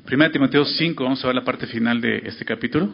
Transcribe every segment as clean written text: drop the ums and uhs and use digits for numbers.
1 Timoteo 5, vamos a ver la parte final de este capítulo.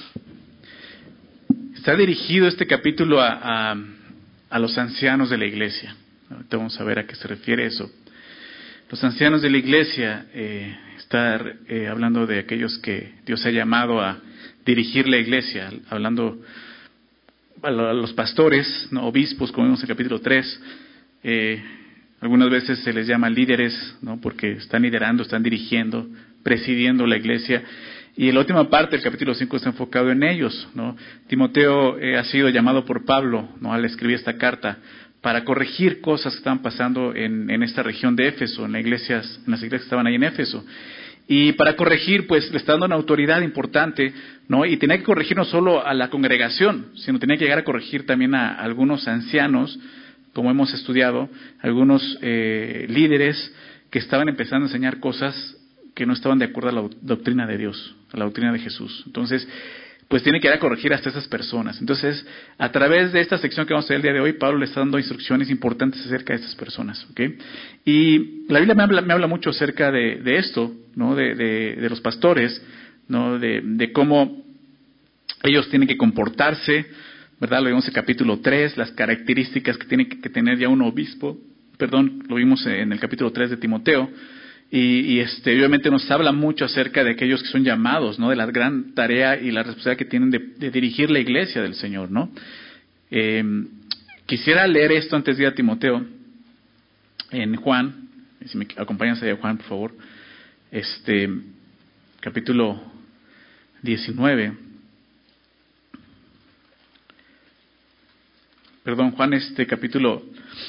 Está dirigido este capítulo a los ancianos de la iglesia. Ahorita vamos a ver a qué se refiere eso. Los ancianos de la iglesia, está hablando de aquellos que Dios ha llamado a dirigir la iglesia, hablando a los pastores, ¿no? Obispos, como vimos en el capítulo 3. Algunas veces se les llama líderes, ¿no? Porque están liderando, están dirigiendo, presidiendo la iglesia. Y en la última parte del capítulo 5 está enfocado en ellos, ¿no? Timoteo ha sido llamado por Pablo, ¿no? Al escribir esta carta, para corregir cosas que estaban pasando en esta región de Éfeso, en las iglesias que estaban ahí en Éfeso. Y para corregir, pues le está dando una autoridad importante, ¿no? Y tenía que corregir no solo a la congregación, sino tenía que llegar a corregir también a algunos ancianos, como hemos estudiado, algunos líderes que estaban empezando a enseñar cosas que no estaban de acuerdo a la doctrina de Dios, a la doctrina de Jesús. Entonces, pues tiene que ir a corregir hasta esas personas. Entonces, a través de esta sección que vamos a ver el día de hoy, Pablo le está dando instrucciones importantes acerca de estas personas, ¿ok? Y la Biblia me habla mucho acerca de esto, ¿no? De los pastores, ¿no? De cómo ellos tienen que comportarse, ¿verdad? Lo vimos en capítulo 3, las características que tiene que tener ya un obispo, lo vimos en el capítulo 3 de Timoteo. Y obviamente nos habla mucho acerca de aquellos que son llamados, ¿no? De la gran tarea y la responsabilidad que tienen de dirigir la iglesia del Señor, ¿no? Quisiera leer esto antes de ir a Timoteo, en Juan, si me acompañas ahí a Juan, por favor, capítulo 19. Perdón, Juan, capítulo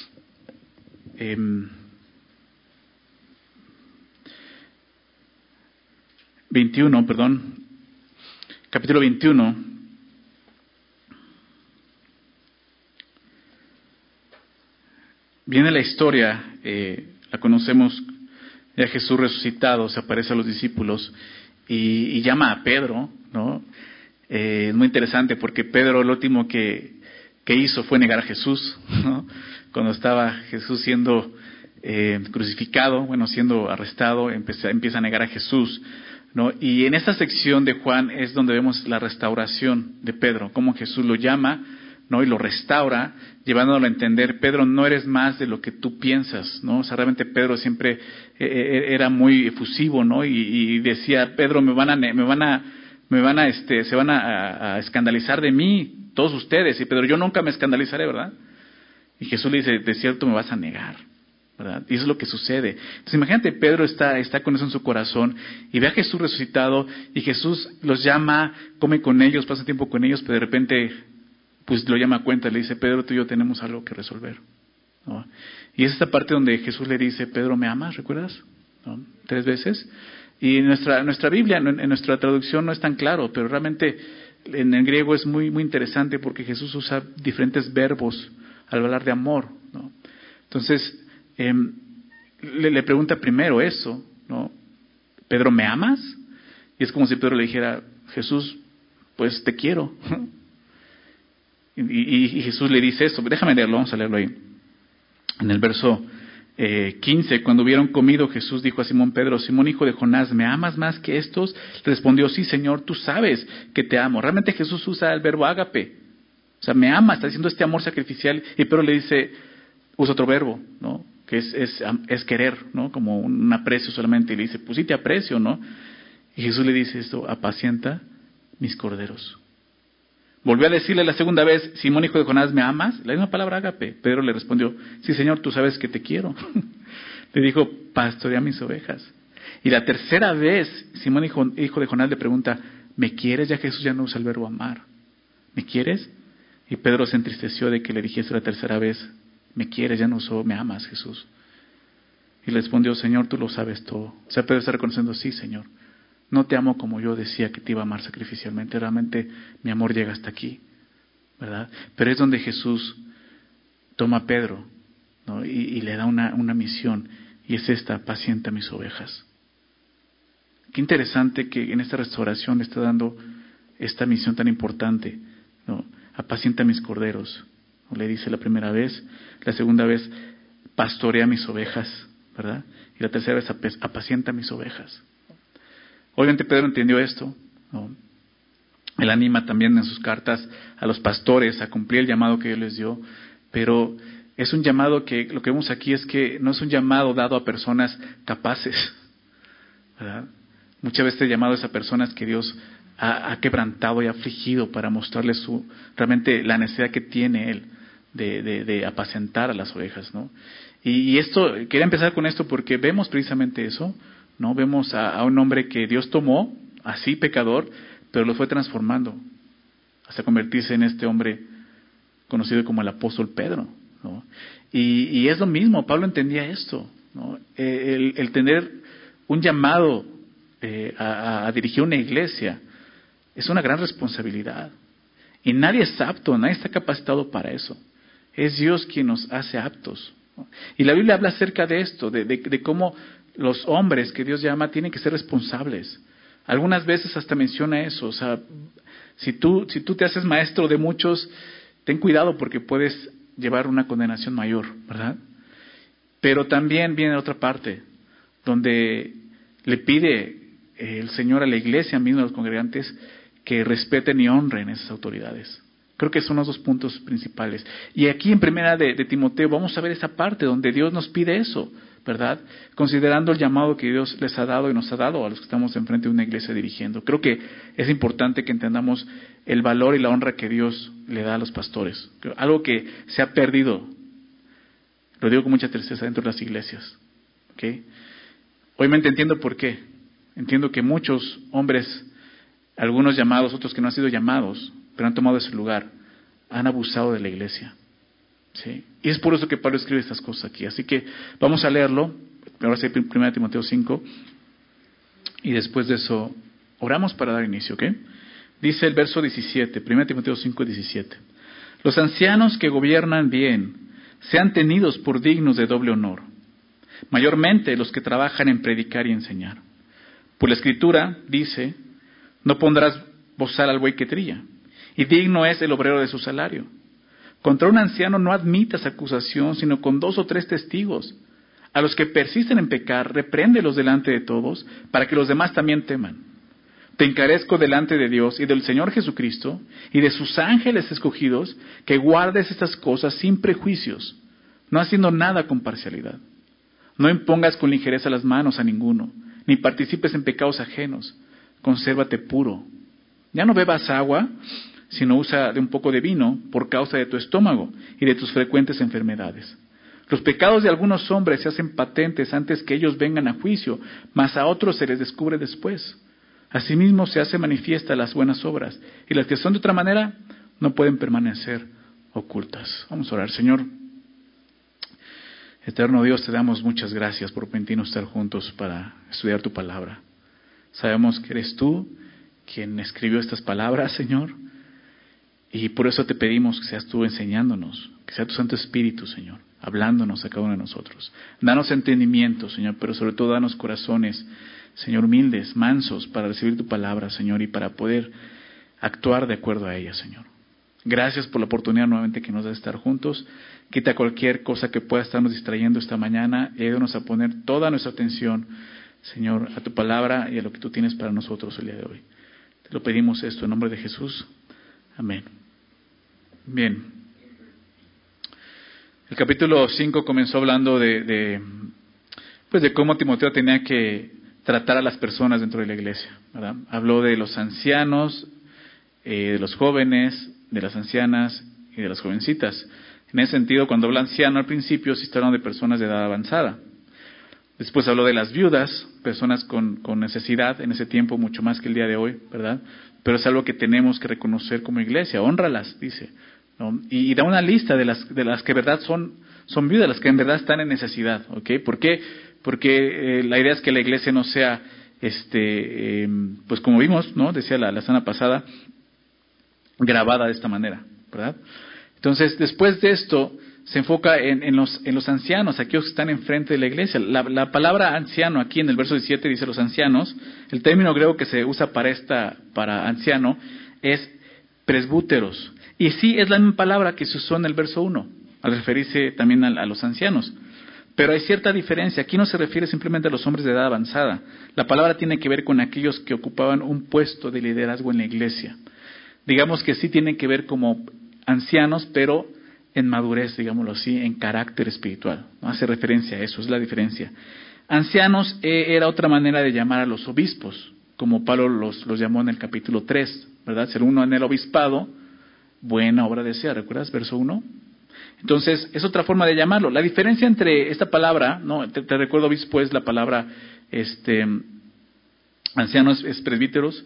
21, capítulo 21, viene la historia, la conocemos, ya Jesús resucitado, se aparece a los discípulos y llama a Pedro, ¿no? Es muy interesante porque Pedro lo último que hizo fue negar a Jesús, ¿no? Cuando estaba Jesús siendo crucificado, siendo arrestado, empieza a negar a Jesús, ¿no? Y en esta sección de Juan es donde vemos la restauración de Pedro, cómo Jesús lo llama, ¿no? Y lo restaura, llevándolo a entender, Pedro, no eres más de lo que tú piensas, ¿no? O sea, realmente Pedro siempre era muy efusivo, ¿no? Y decía, Pedro, se van a escandalizar de mí, todos ustedes. Y Pedro, yo nunca me escandalizaré, ¿verdad? Y Jesús le dice, de cierto me vas a negar, ¿verdad? Y eso es lo que sucede. Entonces imagínate, Pedro está con eso en su corazón y ve a Jesús resucitado y Jesús los llama, come con ellos, pasa tiempo con ellos, pero de repente pues lo llama a cuenta, le dice, Pedro, tú y yo tenemos algo que resolver, ¿no? Y es esta parte donde Jesús le dice, Pedro, ¿me amas? ¿Recuerdas? ¿No? 3 veces. Y en nuestra Biblia, en nuestra traducción no es tan claro, pero realmente en el griego es muy, muy interesante porque Jesús usa diferentes verbos al hablar de amor, ¿no? Entonces, le pregunta primero eso, ¿no? Pedro, ¿me amas? Y es como si Pedro le dijera, Jesús, pues te quiero. Y Jesús le dice eso. Déjame leerlo, vamos a leerlo ahí. En el verso 15, cuando hubieron comido, Jesús dijo a Simón Pedro, Simón, hijo de Jonás, ¿me amas más que estos? Respondió, sí, Señor, tú sabes que te amo. Realmente Jesús usa el verbo ágape. O sea, me ama, está diciendo este amor sacrificial. Y Pedro le dice, usa otro verbo, ¿no? Que es querer, ¿no? Como un aprecio solamente. Y le dice, pues sí te aprecio, ¿no? Y Jesús le dice esto, apacienta mis corderos. Volvió a decirle la segunda vez, Simón, hijo de Jonás, ¿me amas? La misma palabra ágape. Pedro le respondió, sí, Señor, tú sabes que te quiero. Le dijo, pastorea mis ovejas. Y la tercera vez, Simón, hijo de Jonás, le pregunta, ¿me quieres? Ya Jesús ya no usa el verbo amar. ¿Me quieres? Y Pedro se entristeció de que le dijese la tercera vez, ¿me quieres? Ya no usó, ¿me amas, Jesús? Y le respondió, Señor, tú lo sabes todo. O sea, Pedro está reconociendo, sí, Señor. No te amo como yo decía que te iba a amar sacrificialmente. Realmente mi amor llega hasta aquí, ¿verdad? Pero es donde Jesús toma a Pedro, ¿no? y le da una misión. Y es esta, apacienta mis ovejas. Qué interesante que en esta restauración le está dando esta misión tan importante, ¿no? Apacienta mis corderos, ¿no? Le dice la primera vez. La segunda vez, pastorea mis ovejas, ¿verdad? Y la tercera vez, apacienta mis ovejas. Obviamente Pedro entendió esto, ¿no? Él anima también en sus cartas a los pastores a cumplir el llamado que Dios les dio, pero es un llamado que, lo que vemos aquí es que no es un llamado dado a personas capaces, ¿verdad? Muchas veces el llamado es a personas que Dios ha quebrantado y afligido para mostrarles realmente la necesidad que tiene Él de apacentar a las ovejas, ¿no? Y esto, quería empezar con esto porque vemos precisamente eso, ¿no? Vemos a un hombre que Dios tomó, así pecador, pero lo fue transformando hasta convertirse en este hombre conocido como el apóstol Pedro, ¿no? Y es lo mismo, Pablo entendía esto, ¿no? El tener un llamado a dirigir una iglesia es una gran responsabilidad. Y nadie es apto, nadie está capacitado para eso. Es Dios quien nos hace aptos, ¿no? Y la Biblia habla acerca de esto, de cómo los hombres que Dios llama tienen que ser responsables. Algunas veces hasta menciona eso, o sea, si tú te haces maestro de muchos, ten cuidado porque puedes llevar una condenación mayor, ¿verdad? Pero también viene otra parte, donde le pide el Señor a la iglesia misma, a los congregantes, que respeten y honren esas autoridades. Creo que son los dos puntos principales. Y aquí en primera de Timoteo vamos a ver esa parte donde Dios nos pide eso, ¿verdad? Considerando el llamado que Dios les ha dado y nos ha dado a los que estamos enfrente de una iglesia dirigiendo. Creo que es importante que entendamos el valor y la honra que Dios le da a los pastores. Algo que se ha perdido, lo digo con mucha tristeza, dentro de las iglesias. ¿Okay? Obviamente entiendo por qué. Entiendo que muchos hombres, algunos llamados, otros que no han sido llamados, pero han tomado ese lugar, han abusado de la iglesia. ¿Sí? Y es por eso que Pablo escribe estas cosas aquí. Así que vamos a leerlo. Ahora sí, 1 Timoteo 5. Y después de eso, oramos para dar inicio, ¿ok? Dice el verso 17, 1 Timoteo 5, 17. Los ancianos que gobiernan bien sean tenidos por dignos de doble honor, mayormente los que trabajan en predicar y enseñar. Pues la Escritura dice, no pondrás bozal al buey que trilla, y digno es el obrero de su salario. Contra un anciano no admitas acusación, sino con 2 o 3 testigos. A los que persisten en pecar, repréndelos delante de todos, para que los demás también teman. Te encarezco delante de Dios y del Señor Jesucristo, y de sus ángeles escogidos, que guardes estas cosas sin prejuicios, no haciendo nada con parcialidad. No impongas con ligereza las manos a ninguno, ni participes en pecados ajenos. Consérvate puro. Ya no bebas agua, sino usa de un poco de vino por causa de tu estómago y de tus frecuentes enfermedades. Los pecados de algunos hombres se hacen patentes antes que ellos vengan a juicio, mas a otros se les descubre después. Asimismo se hace manifiesta las buenas obras, y las que son de otra manera no pueden permanecer ocultas. Vamos a orar. Señor, eterno Dios, te damos muchas gracias por permitirnos estar juntos para estudiar tu palabra. Sabemos que eres tú quien escribió estas palabras, Señor, y por eso te pedimos que seas tú enseñándonos, que sea tu Santo Espíritu, Señor, hablándonos a cada uno de nosotros. Danos entendimiento, Señor, pero sobre todo danos corazones, Señor, humildes, mansos, para recibir tu palabra, Señor, y para poder actuar de acuerdo a ella, Señor. Gracias por la oportunidad nuevamente que nos da de estar juntos. Quita cualquier cosa que pueda estarnos distrayendo esta mañana y ayúdanos a poner toda nuestra atención, Señor, a tu palabra y a lo que tú tienes para nosotros el día de hoy. Te lo pedimos esto en nombre de Jesús. Amén. Bien. El capítulo 5 comenzó hablando de cómo Timoteo tenía que tratar a las personas dentro de la iglesia, ¿verdad? Habló de los ancianos, de los jóvenes, de las ancianas y de las jovencitas. En ese sentido, cuando habla anciano al principio, sí está hablando de personas de edad avanzada. Después habló de las viudas, personas con necesidad en ese tiempo, mucho más que el día de hoy, ¿verdad? Pero es algo que tenemos que reconocer como iglesia. Hónralas, dice, ¿no? Y da una lista de las que en verdad son viudas, las que en verdad están en necesidad, ¿ok? ¿Por qué? Porque la idea es que la iglesia no sea, pues como vimos, ¿no? Decía la semana pasada, grabada de esta manera, ¿verdad? Entonces, después de esto, se enfoca en los ancianos, aquellos que están enfrente de la iglesia. La palabra anciano aquí en el verso 17 dice los ancianos. El término griego que se usa para anciano es presbúteros. Y sí, es la misma palabra que se usó en el verso 1, al referirse también a los ancianos. Pero hay cierta diferencia. Aquí no se refiere simplemente a los hombres de edad avanzada. La palabra tiene que ver con aquellos que ocupaban un puesto de liderazgo en la iglesia. Digamos que sí tienen que ver como ancianos, pero en madurez, digámoslo así, en carácter espiritual. ¿No? Hace referencia a eso, es la diferencia. Ancianos era otra manera de llamar a los obispos, como Pablo los llamó en el capítulo 3, ¿verdad? Ser uno en el obispado, buena obra desea, ¿recuerdas? Verso 1. Entonces, es otra forma de llamarlo. La diferencia entre esta palabra, ¿no? Te recuerdo, obispo es la palabra, ancianos es presbíteros,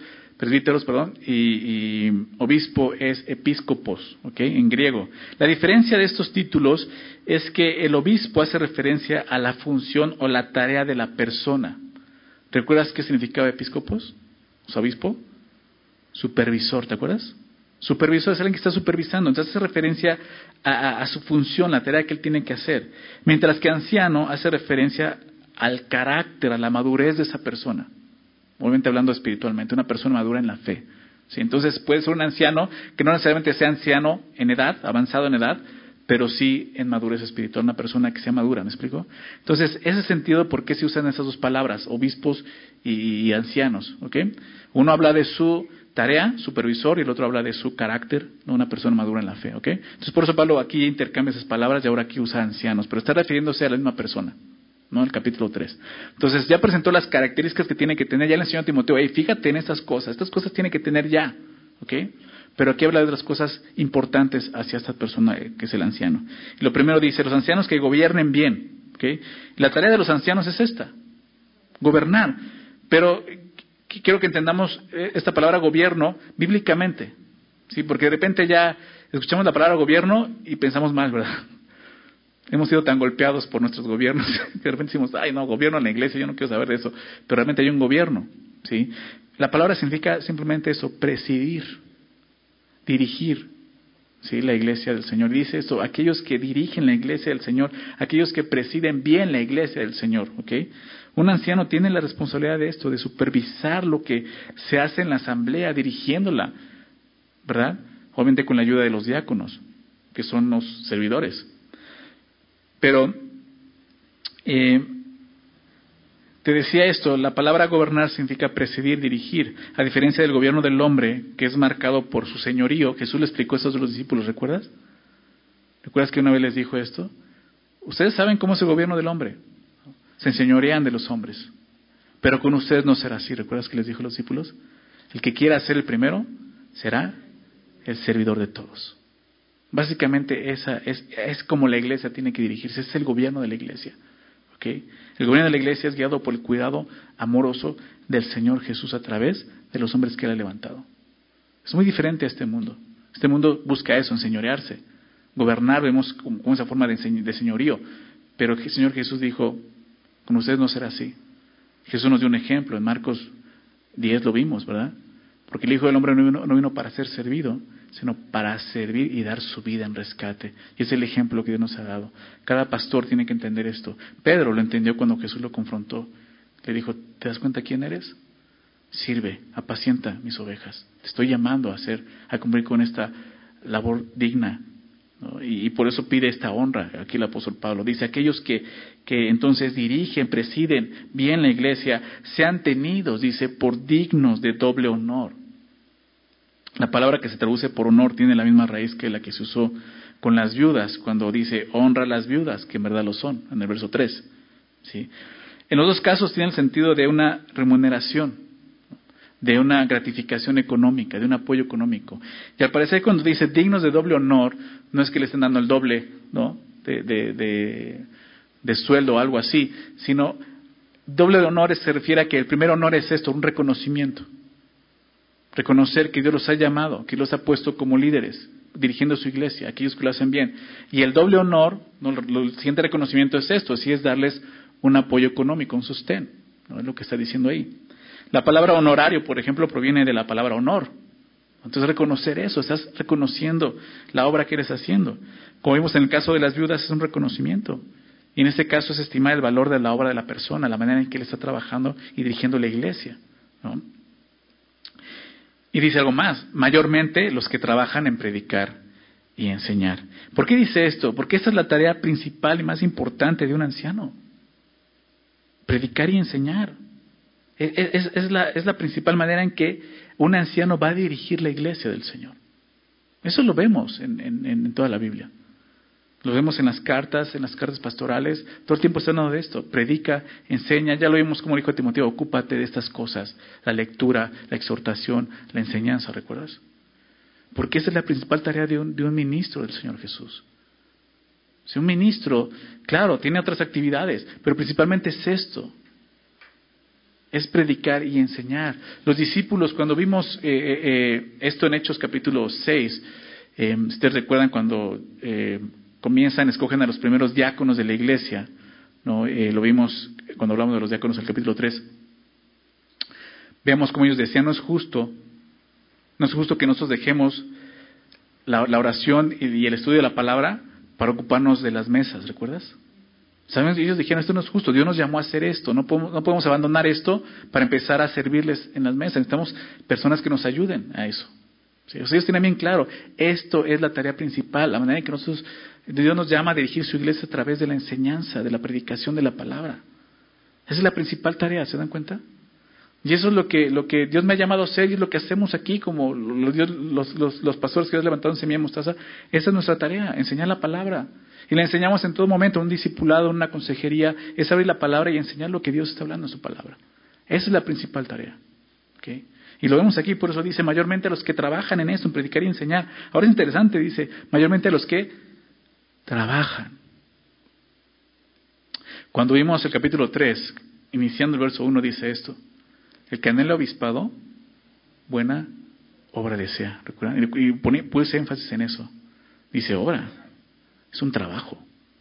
y obispo es episcopos, ¿ok? En griego. La diferencia de estos títulos es que el obispo hace referencia a la función o la tarea de la persona. ¿Recuerdas qué significaba episcopos? O sea, obispo, supervisor, ¿te acuerdas? Supervisor es alguien que está supervisando, entonces hace referencia a su función, la tarea que él tiene que hacer. Mientras que anciano hace referencia al carácter, a la madurez de esa persona. Obviamente hablando espiritualmente, una persona madura en la fe. ¿Sí? Entonces puede ser un anciano que no necesariamente sea anciano en edad, avanzado en edad, pero sí en madurez espiritual, una persona que sea madura, ¿me explico? Entonces, ese sentido, ¿por qué se usan esas dos palabras, obispos y ancianos? ¿Ok? Uno habla de su tarea, supervisor, y el otro habla de su carácter, ¿no? Una persona madura en la fe, ¿ok? Entonces, por eso Pablo aquí intercambia esas palabras y ahora aquí usa ancianos, pero está refiriéndose a la misma persona, ¿no? El capítulo 3. Entonces, ya presentó las características que tiene que tener, ya le enseñó a Timoteo, fíjate en estas cosas tiene que tener ya, ¿ok? Pero aquí habla de otras cosas importantes hacia esta persona que es el anciano. Y lo primero dice, los ancianos que gobiernen bien, ¿ok? La tarea de los ancianos es esta, gobernar. Pero quiero que entendamos esta palabra gobierno bíblicamente, ¿sí? Porque de repente ya escuchamos la palabra gobierno y pensamos mal, ¿verdad? Hemos sido tan golpeados por nuestros gobiernos que de repente decimos, ay no, gobierno en la iglesia, yo no quiero saber de eso. Pero realmente hay un gobierno, ¿sí? La palabra significa simplemente eso, presidir, dirigir, ¿sí? La iglesia del Señor. Dice esto, aquellos que dirigen la iglesia del Señor, aquellos que presiden bien la iglesia del Señor, ¿ok? Un anciano tiene la responsabilidad de esto, de supervisar lo que se hace en la asamblea, dirigiéndola, ¿verdad? Obviamente con la ayuda de los diáconos, que son los servidores. Pero, te decía esto, la palabra gobernar significa presidir, dirigir, a diferencia del gobierno del hombre, que es marcado por su señorío. Jesús le explicó esto a los discípulos, ¿recuerdas? ¿Recuerdas que una vez les dijo esto? Ustedes saben cómo es el gobierno del hombre. Se enseñorean de los hombres. Pero con ustedes no será así. ¿Recuerdas que les dijo a los discípulos? El que quiera ser el primero será el servidor de todos. Básicamente esa es como la iglesia tiene que dirigirse. Es el gobierno de la iglesia. ¿Okay? El gobierno de la iglesia es guiado por el cuidado amoroso del Señor Jesús a través de los hombres que Él ha levantado. Es muy diferente a este mundo. Este mundo busca eso, enseñorearse. Gobernar, vemos como esa forma de señorío. Pero el Señor Jesús dijo, con ustedes no será así. Jesús nos dio un ejemplo, en Marcos 10 lo vimos, ¿verdad? Porque el Hijo del Hombre no vino para ser servido, sino para servir y dar su vida en rescate. Y es el ejemplo que Dios nos ha dado. Cada pastor tiene que entender esto. Pedro lo entendió cuando Jesús lo confrontó. Le dijo, ¿te das cuenta quién eres? Sirve, apacienta mis ovejas. Te estoy llamando a cumplir con esta labor digna, ¿no? Y por eso pide esta honra. Aquí el apóstol Pablo dice, aquellos que entonces dirigen, presiden bien la iglesia, sean tenidos, dice, por dignos de doble honor. La palabra que se traduce por honor tiene la misma raíz que la que se usó con las viudas, cuando dice honra a las viudas, que en verdad lo son, en el verso 3. ¿Sí? En los dos casos tiene el sentido de una remuneración, de una gratificación económica, de un apoyo económico. Y al parecer cuando dice dignos de doble honor, no es que le estén dando el doble, ¿no? de sueldo o algo así, sino doble de honor se refiere a que el primer honor es esto, un reconocimiento. Reconocer que Dios los ha llamado, que los ha puesto como líderes, dirigiendo su iglesia, aquellos que lo hacen bien. Y el doble honor, ¿no? El siguiente reconocimiento es esto, así es darles un apoyo económico, un sostén, ¿no? Es lo que está diciendo ahí. La palabra honorario, por ejemplo, proviene de la palabra honor. Entonces reconocer eso, estás reconociendo la obra que eres haciendo. Como vimos en el caso de las viudas, es un reconocimiento. Y en este caso es estimar el valor de la obra de la persona, la manera en que él está trabajando y dirigiendo la iglesia, ¿no? Y dice algo más, mayormente los que trabajan en predicar y enseñar. ¿Por qué dice esto? Porque esta es la tarea principal y más importante de un anciano. Predicar y enseñar. Es la principal manera en que un anciano va a dirigir la iglesia del Señor. Eso lo vemos en toda la Biblia. Lo vemos en las cartas pastorales. Todo el tiempo está hablando de esto. Predica, enseña. Ya lo vimos como dijo Timoteo, ocúpate de estas cosas. La lectura, la exhortación, la enseñanza, ¿recuerdas? Porque esa es la principal tarea de un ministro del Señor Jesús. Si un ministro, claro, tiene otras actividades, pero principalmente es esto. Es predicar y enseñar. Los discípulos, cuando vimos esto en Hechos capítulo 6, ustedes recuerdan cuando escogen a los primeros diáconos de la iglesia, ¿no? Lo vimos cuando hablamos de los diáconos en el capítulo 3. Veamos cómo ellos decían, no es justo que nosotros dejemos la oración y el estudio de la palabra para ocuparnos de las mesas, ¿recuerdas? ¿Saben? Ellos dijeron, esto no es justo, Dios nos llamó a hacer esto, no podemos abandonar esto para empezar a servirles en las mesas, necesitamos personas que nos ayuden a eso. ¿Sí? O sea, ellos tienen bien claro, esto es la tarea principal, la manera en que Dios nos llama a dirigir su iglesia a través de la enseñanza, de la predicación de la palabra. Esa es la principal tarea, ¿se dan cuenta? Y eso es lo que Dios me ha llamado a hacer y es lo que hacemos aquí, como los pastores que Dios levantaron en Semilla de Mostaza. Esa es nuestra tarea, enseñar la palabra. Y la enseñamos en todo momento, un discipulado, una consejería, es abrir la palabra y enseñar lo que Dios está hablando en su palabra. Esa es la principal tarea. ¿Okay? Y lo vemos aquí, por eso dice, mayormente a los que trabajan en esto, en predicar y enseñar. Ahora es interesante, dice, mayormente a los que trabajan. Cuando vimos el capítulo 3, iniciando el verso 1, dice esto. El que anhela obispado, buena obra desea. ¿Recuerdan? Y puse énfasis en eso. Dice obra. Es un trabajo.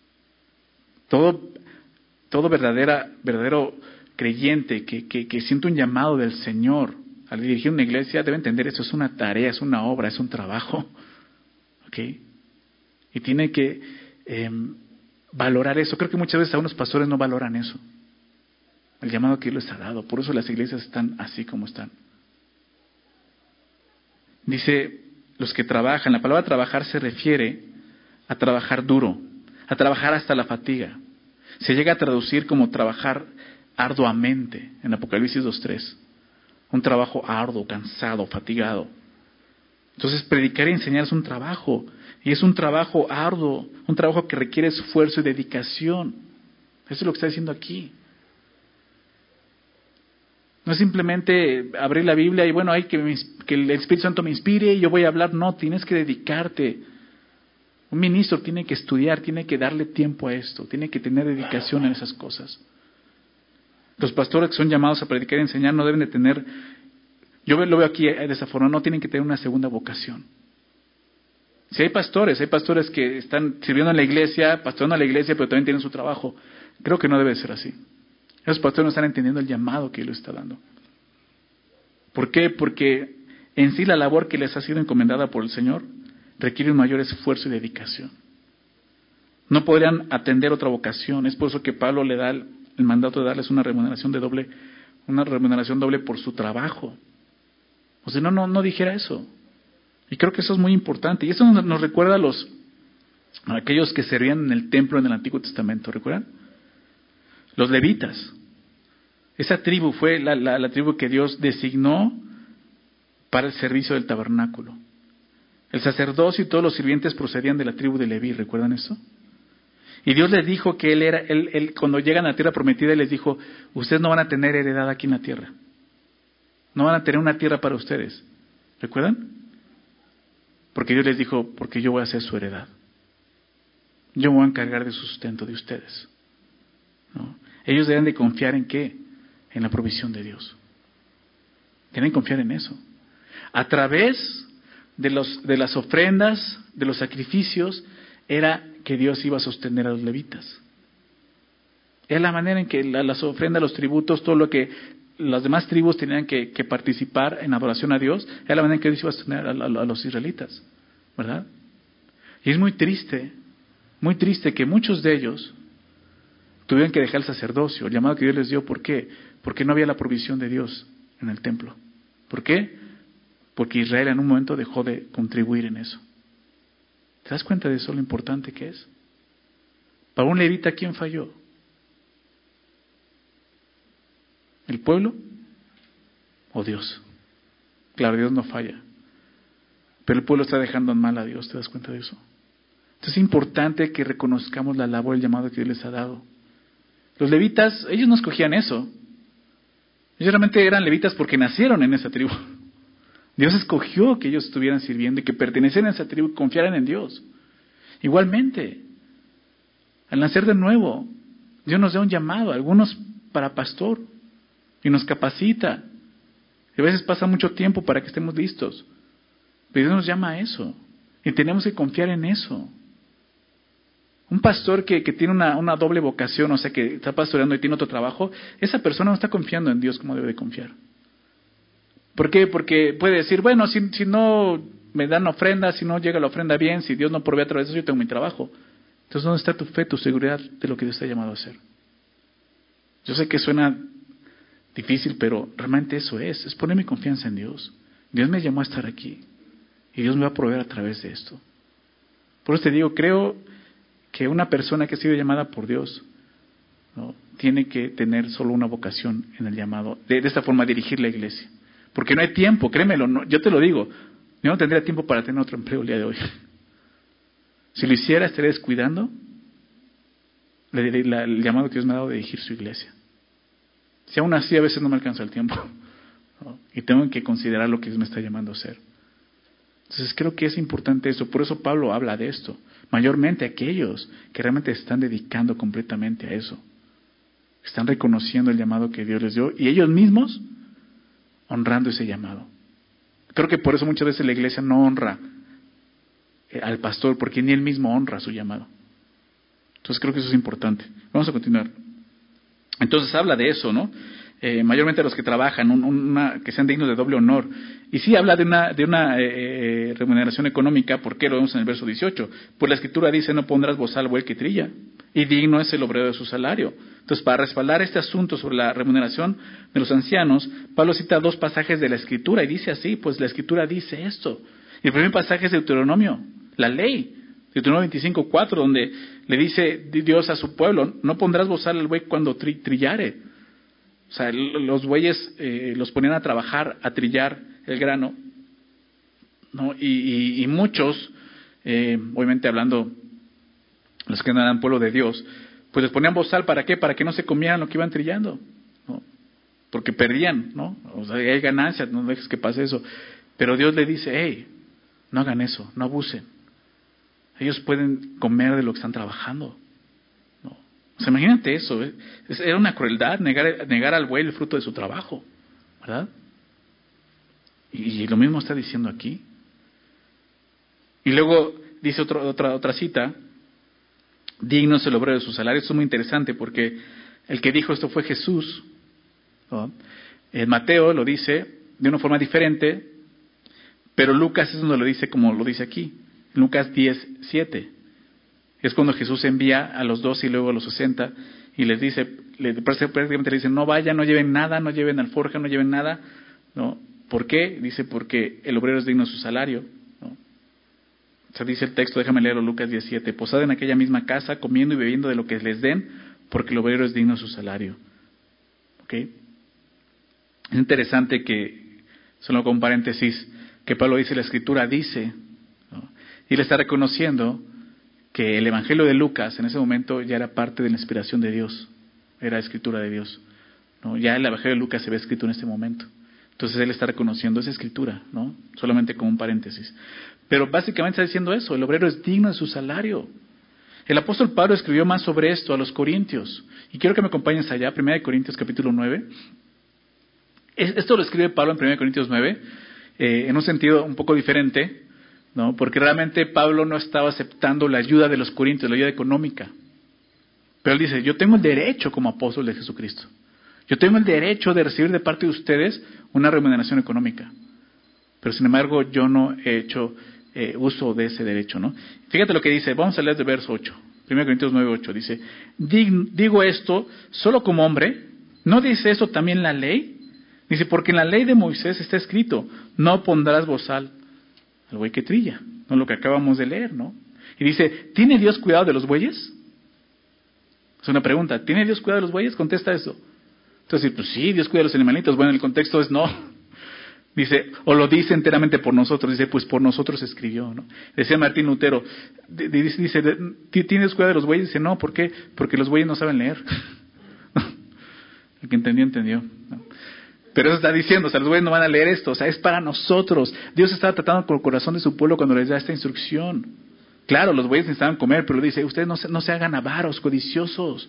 Todo verdadero creyente que siente un llamado del Señor al dirigir una iglesia debe entender eso. Es una tarea, es una obra, es un trabajo. ¿Ok? Y tiene que valorar eso. Creo que muchas veces algunos pastores no valoran eso. El llamado que Dios les ha dado. Por eso las iglesias están así como están. Dice, los que trabajan. La palabra trabajar se refiere a trabajar duro, a trabajar hasta la fatiga. Se llega a traducir como trabajar arduamente en Apocalipsis 2:3. Un trabajo arduo, cansado, fatigado. Entonces, predicar y enseñar es un trabajo. Y es un trabajo arduo, un trabajo que requiere esfuerzo y dedicación. Eso es lo que está diciendo aquí. No es simplemente abrir la Biblia y bueno, hay que el Espíritu Santo me inspire y yo voy a hablar. No, tienes que dedicarte. Un ministro tiene que estudiar, tiene que darle tiempo a esto, tiene que tener dedicación en esas cosas. Los pastores que son llamados a predicar y enseñar no deben de tener, yo lo veo aquí de esa forma, no tienen que tener una segunda vocación. Si hay pastores que están sirviendo en la iglesia, pastoreando a la iglesia, pero también tienen su trabajo. Creo que no debe ser así. Esos pastores no están entendiendo el llamado que Él les está dando. ¿Por qué? Porque en sí la labor que les ha sido encomendada por el Señor requiere un mayor esfuerzo y dedicación. No podrían atender otra vocación. Es por eso que Pablo le da el mandato de darles una remuneración doble por su trabajo. O sea, no dijera eso. Y creo que eso es muy importante. Y eso nos recuerda a aquellos que servían en el templo en el Antiguo Testamento, ¿recuerdan? Los levitas. Esa tribu fue la tribu que Dios designó para el servicio del tabernáculo. El sacerdocio y todos los sirvientes procedían de la tribu de Leví, ¿recuerdan eso? Y Dios les dijo que él cuando llegan a la tierra prometida, Él les dijo, ustedes no van a tener heredad aquí en la tierra. No van a tener una tierra para ustedes. ¿Recuerdan? Porque Dios les dijo, porque yo voy a ser su heredad. Yo me voy a encargar del sustento de ustedes. ¿No? Ellos deben de confiar en ¿qué? En la provisión de Dios. Tienen que confiar en eso. A través de las ofrendas, de los sacrificios, era que Dios iba a sostener a los levitas. Es la manera en que las ofrendas, los tributos, todo lo que las demás tribus tenían que participar en adoración a Dios, era la manera en que Dios iba a sostener a los israelitas, ¿verdad? Y es muy triste que muchos de ellos tuvieron que dejar el sacerdocio, el llamado que Dios les dio. ¿Por qué? Porque no había la provisión de Dios en el templo. ¿Por qué? Porque Israel en un momento dejó de contribuir en eso. ¿Te das cuenta de eso, lo importante que es? Para un levita, ¿quién falló? ¿El pueblo o Dios? Claro, Dios no falla, pero el pueblo está dejando en mal a Dios. ¿Te das cuenta de eso? Entonces es importante que reconozcamos la labor, el llamado que Dios les ha dado. Los levitas, ellos no escogían eso. Ellos realmente eran levitas porque nacieron en esa tribu. Dios escogió que ellos estuvieran sirviendo y que pertenecieran a esa tribu y confiaran en Dios. Igualmente, al nacer de nuevo, Dios nos da un llamado, algunos para pastor, y nos capacita. Y a veces pasa mucho tiempo para que estemos listos. Pero Dios nos llama a eso. Y tenemos que confiar en eso. Un pastor que tiene una doble vocación, o sea, que está pastoreando y tiene otro trabajo, esa persona no está confiando en Dios como debe de confiar. ¿Por qué? Porque puede decir, bueno, si no me dan ofrenda, si no llega la ofrenda bien, si Dios no provee a través de eso, yo tengo mi trabajo. Entonces, ¿dónde está tu fe, tu seguridad de lo que Dios te ha llamado a hacer? Yo sé que suena difícil, pero realmente eso es poner mi confianza en Dios. Dios me llamó a estar aquí y Dios me va a proveer a través de esto. Por eso te digo, creo que una persona que ha sido llamada por Dios, ¿no?, tiene que tener solo una vocación en el llamado, de esta forma dirigir la iglesia. Porque no hay tiempo, créemelo, no, yo te lo digo, yo no tendría tiempo para tener otro empleo el día de hoy. Si lo hiciera, estaría descuidando el llamado que Dios me ha dado de dirigir su iglesia. Si aún así a veces no me alcanza el tiempo, ¿no?, y tengo que considerar lo que Dios me está llamando a hacer. Entonces creo que es importante eso, por eso Pablo habla de esto, mayormente aquellos que realmente se están dedicando completamente a eso, están reconociendo el llamado que Dios les dio y ellos mismos honrando ese llamado. Creo que por eso muchas veces la iglesia no honra al pastor, porque ni él mismo honra su llamado. Entonces creo que eso es importante. Vamos a continuar. Entonces habla de eso, ¿no? Mayormente los que trabajan, que sean dignos de doble honor. Y sí habla de una remuneración económica. ¿Por qué? Lo vemos en el verso 18. Pues la Escritura dice, no pondrás bozal al buey que trilla, y digno es el obrero de su salario. Entonces, para respaldar este asunto sobre la remuneración de los ancianos, Pablo cita 2 pasajes de la Escritura y dice así, pues la Escritura dice esto. Y el primer pasaje es Deuteronomio, la ley, Deuteronomio 25:4, donde le dice Dios a su pueblo, no pondrás bozal al buey cuando trillare. O sea, los bueyes los ponían a trabajar, a trillar el grano, ¿no? Y muchos, obviamente hablando los que no eran pueblo de Dios, pues les ponían bozal, ¿para qué? Para que no se comieran lo que iban trillando, ¿no? Porque perdían, ¿no? O sea, hay ganancias, no dejes que pase eso. Pero Dios le dice, hey, no hagan eso, no abusen. Ellos pueden comer de lo que están trabajando, ¿no? O sea, imagínate eso, era una crueldad negar al buey el fruto de su trabajo, ¿verdad? Y lo mismo está diciendo aquí. Y luego dice otra cita, digno es el obrero de su salario. Esto es muy interesante porque el que dijo esto fue Jesús, ¿no? Mateo lo dice de una forma diferente, pero Lucas es donde lo dice como lo dice aquí. Lucas 10:7. Es cuando Jesús envía a los 12 y luego a los 60 y les dice, prácticamente le dice, no vayan, no lleven nada, no lleven alforja, no lleven nada, ¿no? ¿Por qué? Dice, porque el obrero es digno de su salario, ¿no? O sea, dice el texto, déjame leerlo, Lucas 17, posad en aquella misma casa, comiendo y bebiendo de lo que les den, porque el obrero es digno de su salario. ¿Ok? Es interesante que, solo con paréntesis, que Pablo dice, la Escritura dice, ¿no? Y le está reconociendo que el Evangelio de Lucas en ese momento ya era parte de la inspiración de Dios, era escritura de Dios, ¿no? Ya el Evangelio de Lucas se ve escrito en este momento. Entonces él está reconociendo esa escritura, ¿no? Solamente como un paréntesis. Pero básicamente está diciendo eso, el obrero es digno de su salario. El apóstol Pablo escribió más sobre esto a los corintios. Y quiero que me acompañes allá, 1 Corintios capítulo 9. Esto lo escribe Pablo en 1 Corintios 9, en un sentido un poco diferente, ¿no? Porque realmente Pablo no estaba aceptando la ayuda de los corintios, la ayuda económica. Pero él dice, yo tengo el derecho como apóstol de Jesucristo. Yo tengo el derecho de recibir de parte de ustedes una remuneración económica. Pero sin embargo, yo no he hecho uso de ese derecho, ¿no? Fíjate lo que dice, vamos a leer del verso 8. 1 Corintios 9:8 dice, digo esto solo como hombre, ¿no dice eso también la ley? Dice, porque en la ley de Moisés está escrito, no pondrás bozal al buey que trilla, no lo que acabamos de leer, ¿no? Y dice, ¿tiene Dios cuidado de los bueyes? Es una pregunta, ¿tiene Dios cuidado de los bueyes? Contesta eso. Entonces, pues sí, Dios cuida de los animalitos. Bueno, el contexto es no. Dice, o lo dice enteramente por nosotros. Dice, pues por nosotros escribió, ¿no? Decía Martín Lutero, dice, ¿tiene Dios cuidado de los bueyes? Dice, no, ¿por qué? Porque los bueyes no saben leer. El que entendió, entendió, ¿no? Pero eso está diciendo, o sea, los bueyes no van a leer esto, o sea, es para nosotros. Dios estaba tratando con el corazón de su pueblo cuando les da esta instrucción. Claro, los bueyes necesitaban comer, pero dice, ustedes no se hagan avaros, codiciosos.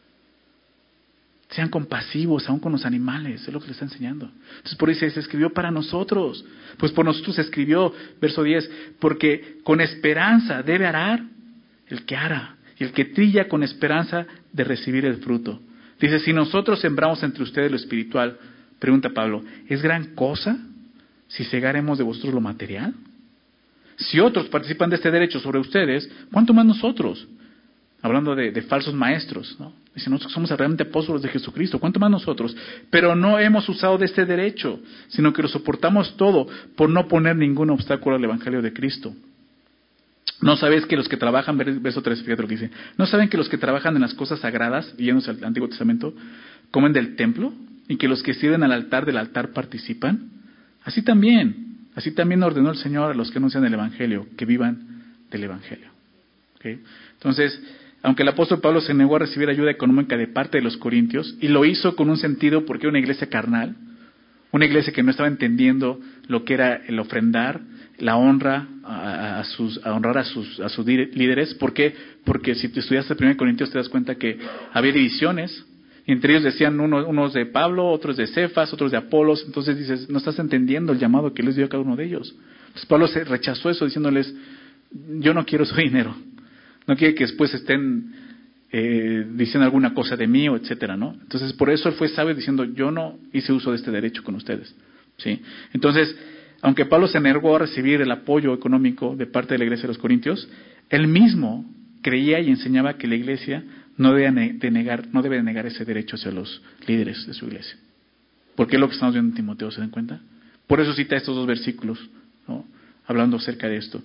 Sean compasivos aún con los animales, es lo que le está enseñando. Entonces por eso se escribió para nosotros. Pues por nosotros se escribió, verso 10, porque con esperanza debe arar el que ara, y el que trilla con esperanza de recibir el fruto. Dice, si nosotros sembramos entre ustedes lo espiritual, pregunta Pablo, ¿es gran cosa si cegaremos de vosotros lo material? Si otros participan de este derecho sobre ustedes, ¿cuánto más nosotros? Hablando de falsos maestros, ¿no? Dice, nosotros somos realmente apóstoles de Jesucristo, ¿cuánto más nosotros? Pero no hemos usado de este derecho, sino que lo soportamos todo por no poner ningún obstáculo al Evangelio de Cristo. ¿No sabéis que los que trabajan, verso 3, fíjate lo que dice, ¿no saben que los que trabajan en las cosas sagradas, yéndose al Antiguo Testamento, comen del templo? Y que los que sirven al altar del altar participan. Así también ordenó el Señor a los que anuncian el Evangelio, que vivan del Evangelio. ¿Okay? Entonces, aunque el apóstol Pablo se negó a recibir ayuda económica de parte de los corintios, y lo hizo con un sentido porque era una iglesia carnal, una iglesia que no estaba entendiendo lo que era el ofrendar, la honra, a honrar a sus líderes. ¿Por qué? Porque si te estudiaste el 1 Corintios te das cuenta que había divisiones, y entre ellos decían unos de Pablo, otros de Cefas, otros de Apolos. Entonces dices, no estás entendiendo el llamado que les dio a cada uno de ellos. Entonces Pablo se rechazó eso diciéndoles, yo no quiero su dinero. No quiere que después estén diciendo alguna cosa de mí, o etcétera, ¿no? Entonces, por eso él fue sabio diciendo, yo no hice uso de este derecho con ustedes, ¿sí? Entonces, aunque Pablo se negó a recibir el apoyo económico de parte de la iglesia de los Corintios, él mismo creía y enseñaba que la iglesia no debe negar ese derecho hacia los líderes de su iglesia. Porque es lo que estamos viendo en Timoteo, ¿se dan cuenta? Por eso cita estos dos versículos, ¿no? Hablando acerca de esto.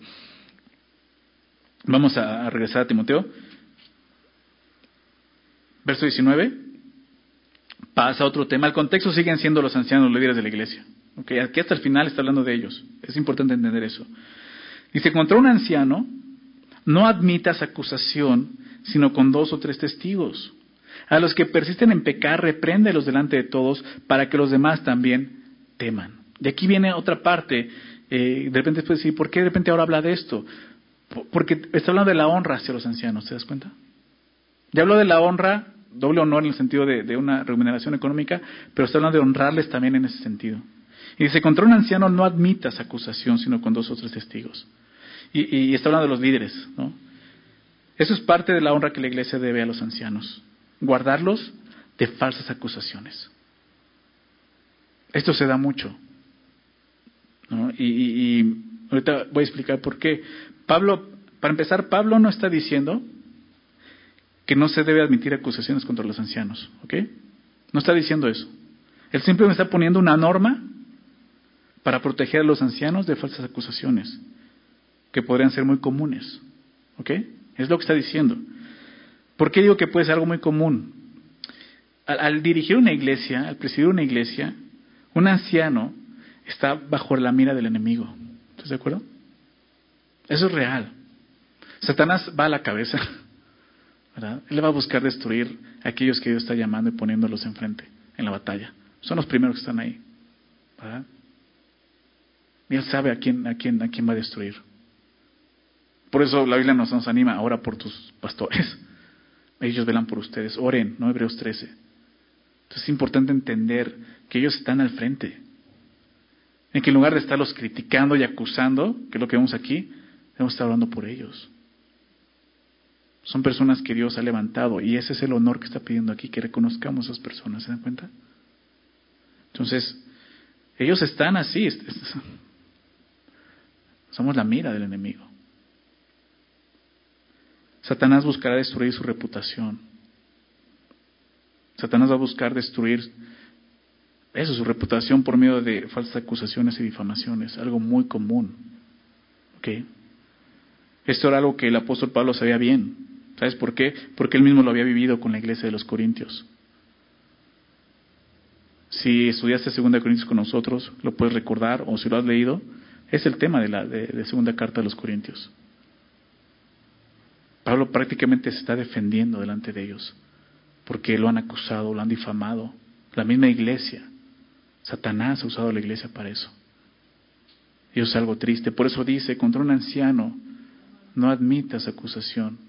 Vamos a regresar a Timoteo. Verso 19. Pasa a otro tema. El contexto siguen siendo los ancianos, los líderes de la iglesia. Okay, aquí hasta el final está hablando de ellos. Es importante entender eso. Dice, contra un anciano no admitas acusación, sino con 2 o 3 testigos. A los que persisten en pecar, repréndelos delante de todos, para que los demás también teman. Y aquí viene otra parte. De repente puedes decir, ¿por qué de repente ahora habla de esto? Porque está hablando de la honra hacia los ancianos, ¿te das cuenta? Ya habló de la honra, doble honor en el sentido de una remuneración económica, pero está hablando de honrarles también en ese sentido. Y dice, contra un anciano no admitas acusación, sino con 2 o 3 testigos. Y está hablando de los líderes, ¿no? Eso es parte de la honra que la iglesia debe a los ancianos. Guardarlos de falsas acusaciones. Esto se da mucho, ¿no? Y ahorita voy a explicar por qué. Pablo, para empezar, Pablo no está diciendo que no se debe admitir acusaciones contra los ancianos, ¿ok? No está diciendo eso. Él simplemente está poniendo una norma para proteger a los ancianos de falsas acusaciones que podrían ser muy comunes, ¿ok? Es lo que está diciendo. ¿Por qué digo que puede ser algo muy común? Al dirigir una iglesia, al presidir una iglesia, un anciano está bajo la mira del enemigo. ¿Estás de acuerdo? Eso es real. Satanás va a la cabeza, ¿verdad? Él va a buscar destruir a aquellos que Dios está llamando y poniéndolos enfrente en la batalla. Son los primeros que están ahí, ¿verdad? Y Él sabe a quién va a destruir. Por eso la Biblia nos anima, ora por tus pastores. Ellos velan por ustedes. Oren, ¿no? Hebreos 13. Entonces es importante entender que ellos están al frente. En que en lugar de estarlos criticando y acusando, que es lo que vemos aquí, debemos estar orando por ellos. Son personas que Dios ha levantado y ese es el honor que está pidiendo aquí, que reconozcamos a esas personas. ¿Se dan cuenta? Entonces, ellos están así. Somos la mira del enemigo. Satanás buscará destruir su reputación. Satanás va a buscar destruir su reputación por medio de falsas acusaciones y difamaciones, algo muy común. ¿Ok? Esto era algo que el apóstol Pablo sabía bien. ¿Sabes por qué? Porque él mismo lo había vivido con la iglesia de los Corintios. Si estudiaste 2 Corintios con nosotros, lo puedes recordar, o si lo has leído, es el tema de segunda carta de los Corintios. Pablo prácticamente se está defendiendo delante de ellos, porque lo han acusado, lo han difamado. La misma iglesia, Satanás ha usado a la iglesia para eso. Y eso es algo triste. Por eso dice, contra un anciano no admitas acusación,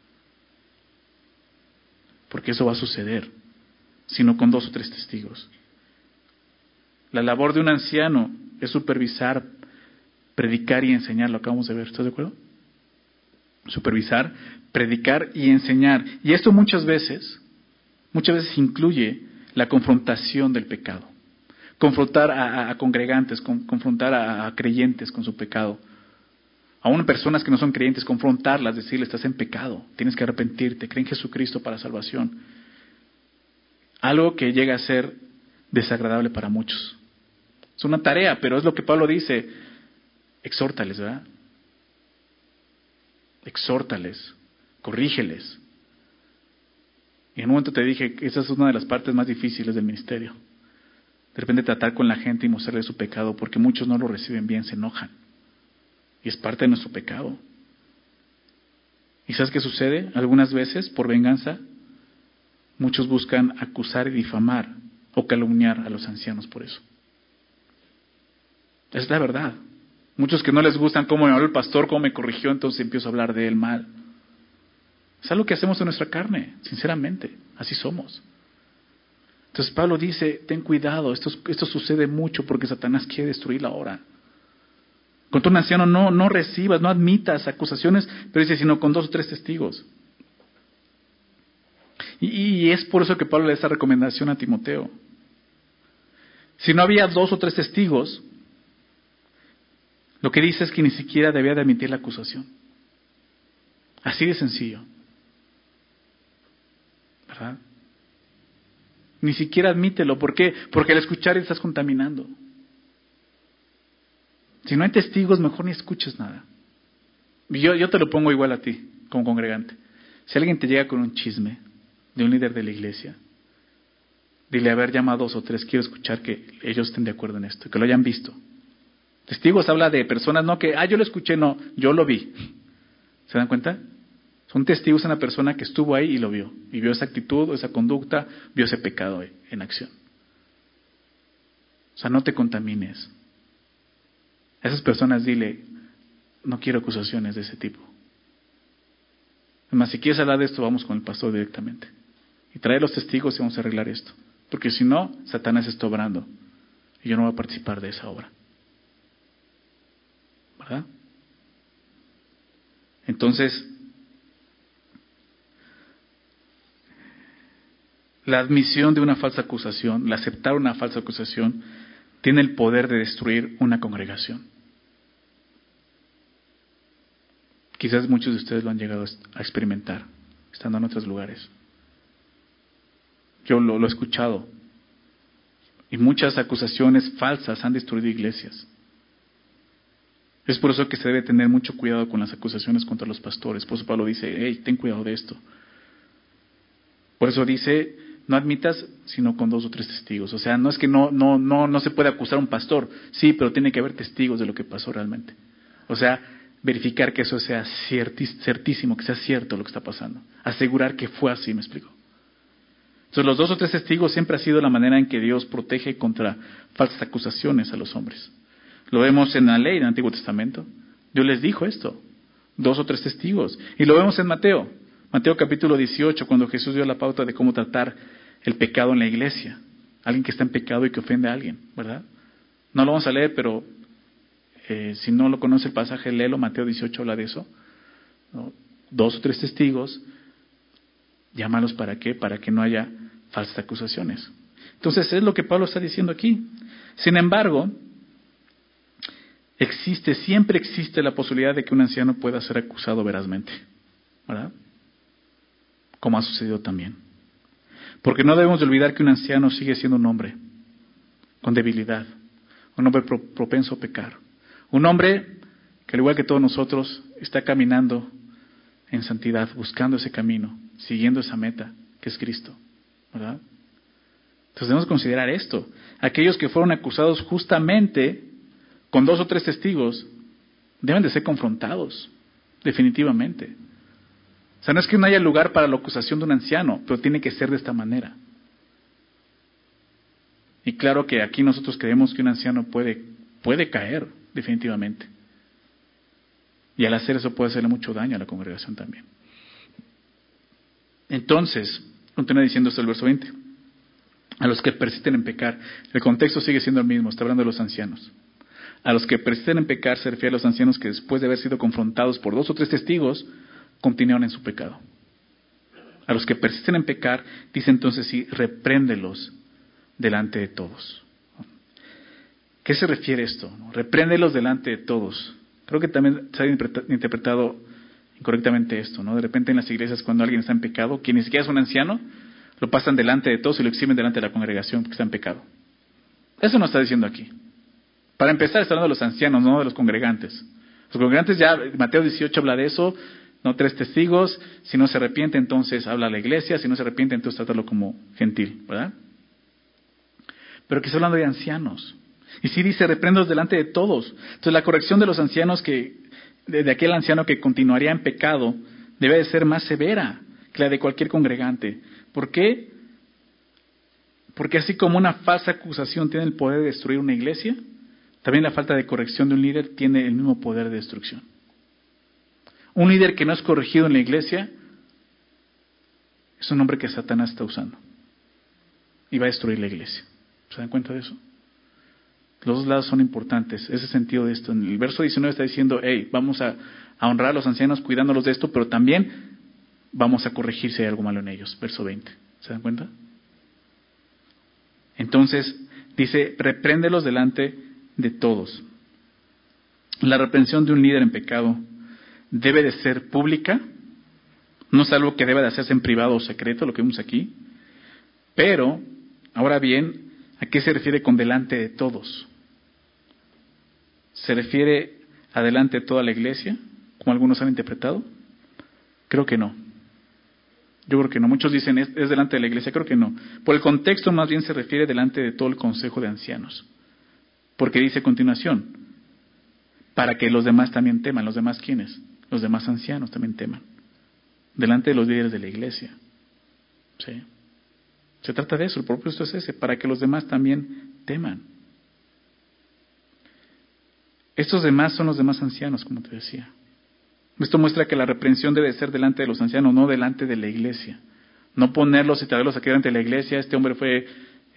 porque eso va a suceder, sino con 2 o 3 testigos. La labor de un anciano es supervisar, predicar y enseñar, lo acabamos de ver, ¿estás de acuerdo? Supervisar, predicar y enseñar. Y esto muchas veces incluye la confrontación del pecado. Confrontar a congregantes, confrontar a creyentes con su pecado. Aún personas que no son creyentes, confrontarlas, decirles, estás en pecado, tienes que arrepentirte, cree en Jesucristo para salvación. Algo que llega a ser desagradable para muchos. Es una tarea, pero es lo que Pablo dice, exhórtales, ¿verdad? Exhórtales, corrígeles. Y en un momento te dije que esa es una de las partes más difíciles del ministerio. De repente tratar con la gente y mostrarles su pecado, porque muchos no lo reciben bien, se enojan. Y es parte de nuestro pecado. ¿Y sabes qué sucede? Algunas veces, por venganza, muchos buscan acusar y difamar o calumniar a los ancianos por eso. Es la verdad. Muchos que no les gustan cómo me habló el pastor, cómo me corrigió, entonces empiezo a hablar de él mal. Es algo que hacemos en nuestra carne, sinceramente. Así somos. Entonces Pablo dice, ten cuidado, esto sucede mucho porque Satanás quiere destruir la obra. Contra un anciano no recibas, no admitas acusaciones, pero dice, sino con 2 o 3 testigos. Y es por eso que Pablo le da esa recomendación a Timoteo. Si no había 2 o 3 testigos, lo que dice es que ni siquiera debía de admitir la acusación. Así de sencillo. ¿Verdad? Ni siquiera admítelo. ¿Por qué? Porque al escuchar estás contaminando. Si no hay testigos, mejor ni escuches nada. Yo te lo pongo igual a ti, como congregante. Si alguien te llega con un chisme de un líder de la iglesia, dile, a ver, llama a 2 o 3, quiero escuchar que ellos estén de acuerdo en esto, que lo hayan visto. Testigos habla de personas, no que, yo lo escuché, no, yo lo vi. ¿Se dan cuenta? Son testigos de una persona que estuvo ahí y lo vio. Y vio esa actitud, esa conducta, vio ese pecado en acción. O sea, no te contamines. A esas personas dile, no quiero acusaciones de ese tipo. Además, si quieres hablar de esto, vamos con el pastor directamente. Y trae los testigos y vamos a arreglar esto. Porque si no, Satanás está obrando. Y yo no voy a participar de esa obra. ¿Verdad? Entonces, la admisión de una falsa acusación, el aceptar una falsa acusación, tiene el poder de destruir una congregación. Quizás muchos de ustedes lo han llegado a experimentar, estando en otros lugares. Yo lo he escuchado. Y muchas acusaciones falsas han destruido iglesias. Es por eso que se debe tener mucho cuidado con las acusaciones contra los pastores. Por eso Pablo dice, hey, ten cuidado de esto. Por eso dice, no admitas sino con 2 o 3 testigos. O sea, no es que no se puede acusar a un pastor. Sí, pero tiene que haber testigos de lo que pasó realmente. O sea, verificar que eso sea certísimo, que sea cierto lo que está pasando. Asegurar que fue así, ¿me explico? Entonces los 2 o 3 testigos siempre ha sido la manera en que Dios protege contra falsas acusaciones a los hombres. Lo vemos en la ley del Antiguo Testamento. Dios les dijo esto, 2 o 3 testigos. Y lo vemos en Mateo capítulo 18, cuando Jesús dio la pauta de cómo tratar el pecado en la iglesia. Alguien que está en pecado y que ofende a alguien, ¿verdad? No lo vamos a leer, pero si no lo conoce el pasaje, léelo. Mateo 18 habla de eso, ¿no? 2 o 3 testigos, llámalos ¿para qué? Para que no haya falsas acusaciones. Entonces es lo que Pablo está diciendo aquí. Sin embargo, siempre existe la posibilidad de que un anciano pueda ser acusado verazmente, ¿verdad? Como ha sucedido también. Porque no debemos de olvidar que un anciano sigue siendo un hombre con debilidad, un hombre propenso a pecar, un hombre que que al igual que todos nosotros, está caminando en santidad, buscando ese camino, siguiendo esa meta, que es Cristo, ¿verdad? Entonces debemos considerar esto. Aquellos que fueron acusados justamente con 2 o 3 testigos, deben de ser confrontados, definitivamente. O sea, no es que no haya lugar para la acusación de un anciano, pero tiene que ser de esta manera. Y claro que aquí nosotros creemos que un anciano puede caer, definitivamente. Y al hacer eso puede hacerle mucho daño a la congregación también. Entonces, continúa diciendo esto el verso 20. A los que persisten en pecar. El contexto sigue siendo el mismo, está hablando de los ancianos. A los que persisten en pecar se refiere a los ancianos que después de haber sido confrontados por 2 o 3 testigos, continúan en su pecado. A los que persisten en pecar, dice entonces sí, repréndelos delante de todos. ¿Qué se refiere esto? Repréndelos delante de todos. Creo que también se ha interpretado incorrectamente esto, ¿no? De repente en las iglesias cuando alguien está en pecado, quien ni siquiera es un anciano, lo pasan delante de todos y lo exhiben delante de la congregación porque está en pecado. Eso no está diciendo aquí. Para empezar está hablando de los ancianos, no de los congregantes. Los congregantes ya, Mateo 18 habla de eso, no 3 testigos, si no se arrepiente entonces habla a la iglesia, si no se arrepiente entonces trátalo como gentil, ¿verdad? Pero aquí está hablando de ancianos. Y sí dice, repréndelos delante de todos. Entonces la corrección de los ancianos de aquel anciano que continuaría en pecado, debe de ser más severa que la de cualquier congregante. ¿Por qué? Porque así como una falsa acusación tiene el poder de destruir una iglesia, también la falta de corrección de un líder tiene el mismo poder de destrucción. Un líder que no es corregido en la iglesia es un hombre que Satanás está usando y va a destruir la iglesia. ¿Se dan cuenta de eso? Los 2 lados son importantes, ese sentido de esto. En el verso 19 está diciendo, hey, vamos a honrar a los ancianos cuidándolos de esto, pero también vamos a corregir si hay algo malo en ellos. Verso 20, ¿se dan cuenta? Entonces, dice, repréndelos delante de todos. La reprensión de un líder en pecado debe de ser pública, no es algo que debe de hacerse en privado o secreto, lo que vemos aquí, pero, ahora bien, ¿a qué se refiere con delante de todos? ¿Se refiere a delante de toda la iglesia, como algunos han interpretado? Creo que no. Yo creo que no. Muchos dicen es delante de la iglesia. Creo que no. Por el contexto más bien se refiere delante de todo el consejo de ancianos. Porque dice a continuación, para que los demás también teman. ¿Los demás quiénes? Los demás ancianos también teman. Delante de los líderes de la iglesia. ¿Sí? Se trata de eso, el propósito es ese, para que los demás también teman. Estos demás son los demás ancianos, como te decía. Esto muestra que la reprensión debe ser delante de los ancianos, no delante de la iglesia. No ponerlos y traerlos aquí delante de la iglesia. Este hombre fue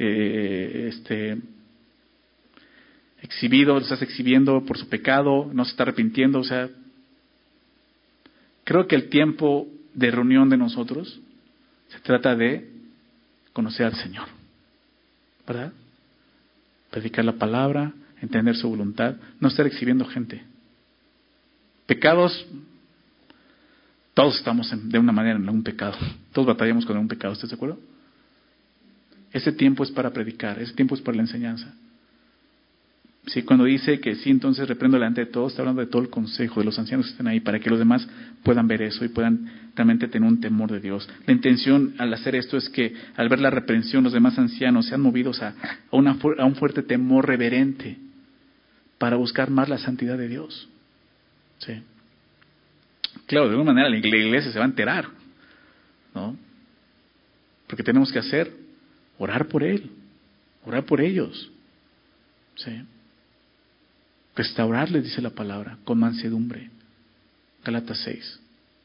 exhibido, lo estás exhibiendo por su pecado, no se está arrepintiendo. O sea, creo que el tiempo de reunión de nosotros se trata de conocer al Señor, ¿verdad? Predicar la palabra, entender su voluntad, no estar exhibiendo gente. Pecados, todos estamos de una manera en algún pecado, todos batallamos con algún pecado, ¿estás de acuerdo? Ese tiempo es para predicar, ese tiempo es para la enseñanza. Sí, cuando dice que sí, entonces reprendo delante de todos, está hablando de todo el consejo, de los ancianos que están ahí, para que los demás puedan ver eso y puedan realmente tener un temor de Dios. La intención al hacer esto es que al ver la reprensión, los demás ancianos sean movidos a un fuerte temor reverente para buscar más la santidad de Dios. Sí. Claro, de alguna manera la iglesia se va a enterar, ¿no? Porque tenemos que hacer, orar por él, orar por ellos. Sí. Restaurarles, dice la palabra, con mansedumbre. Gálatas 6.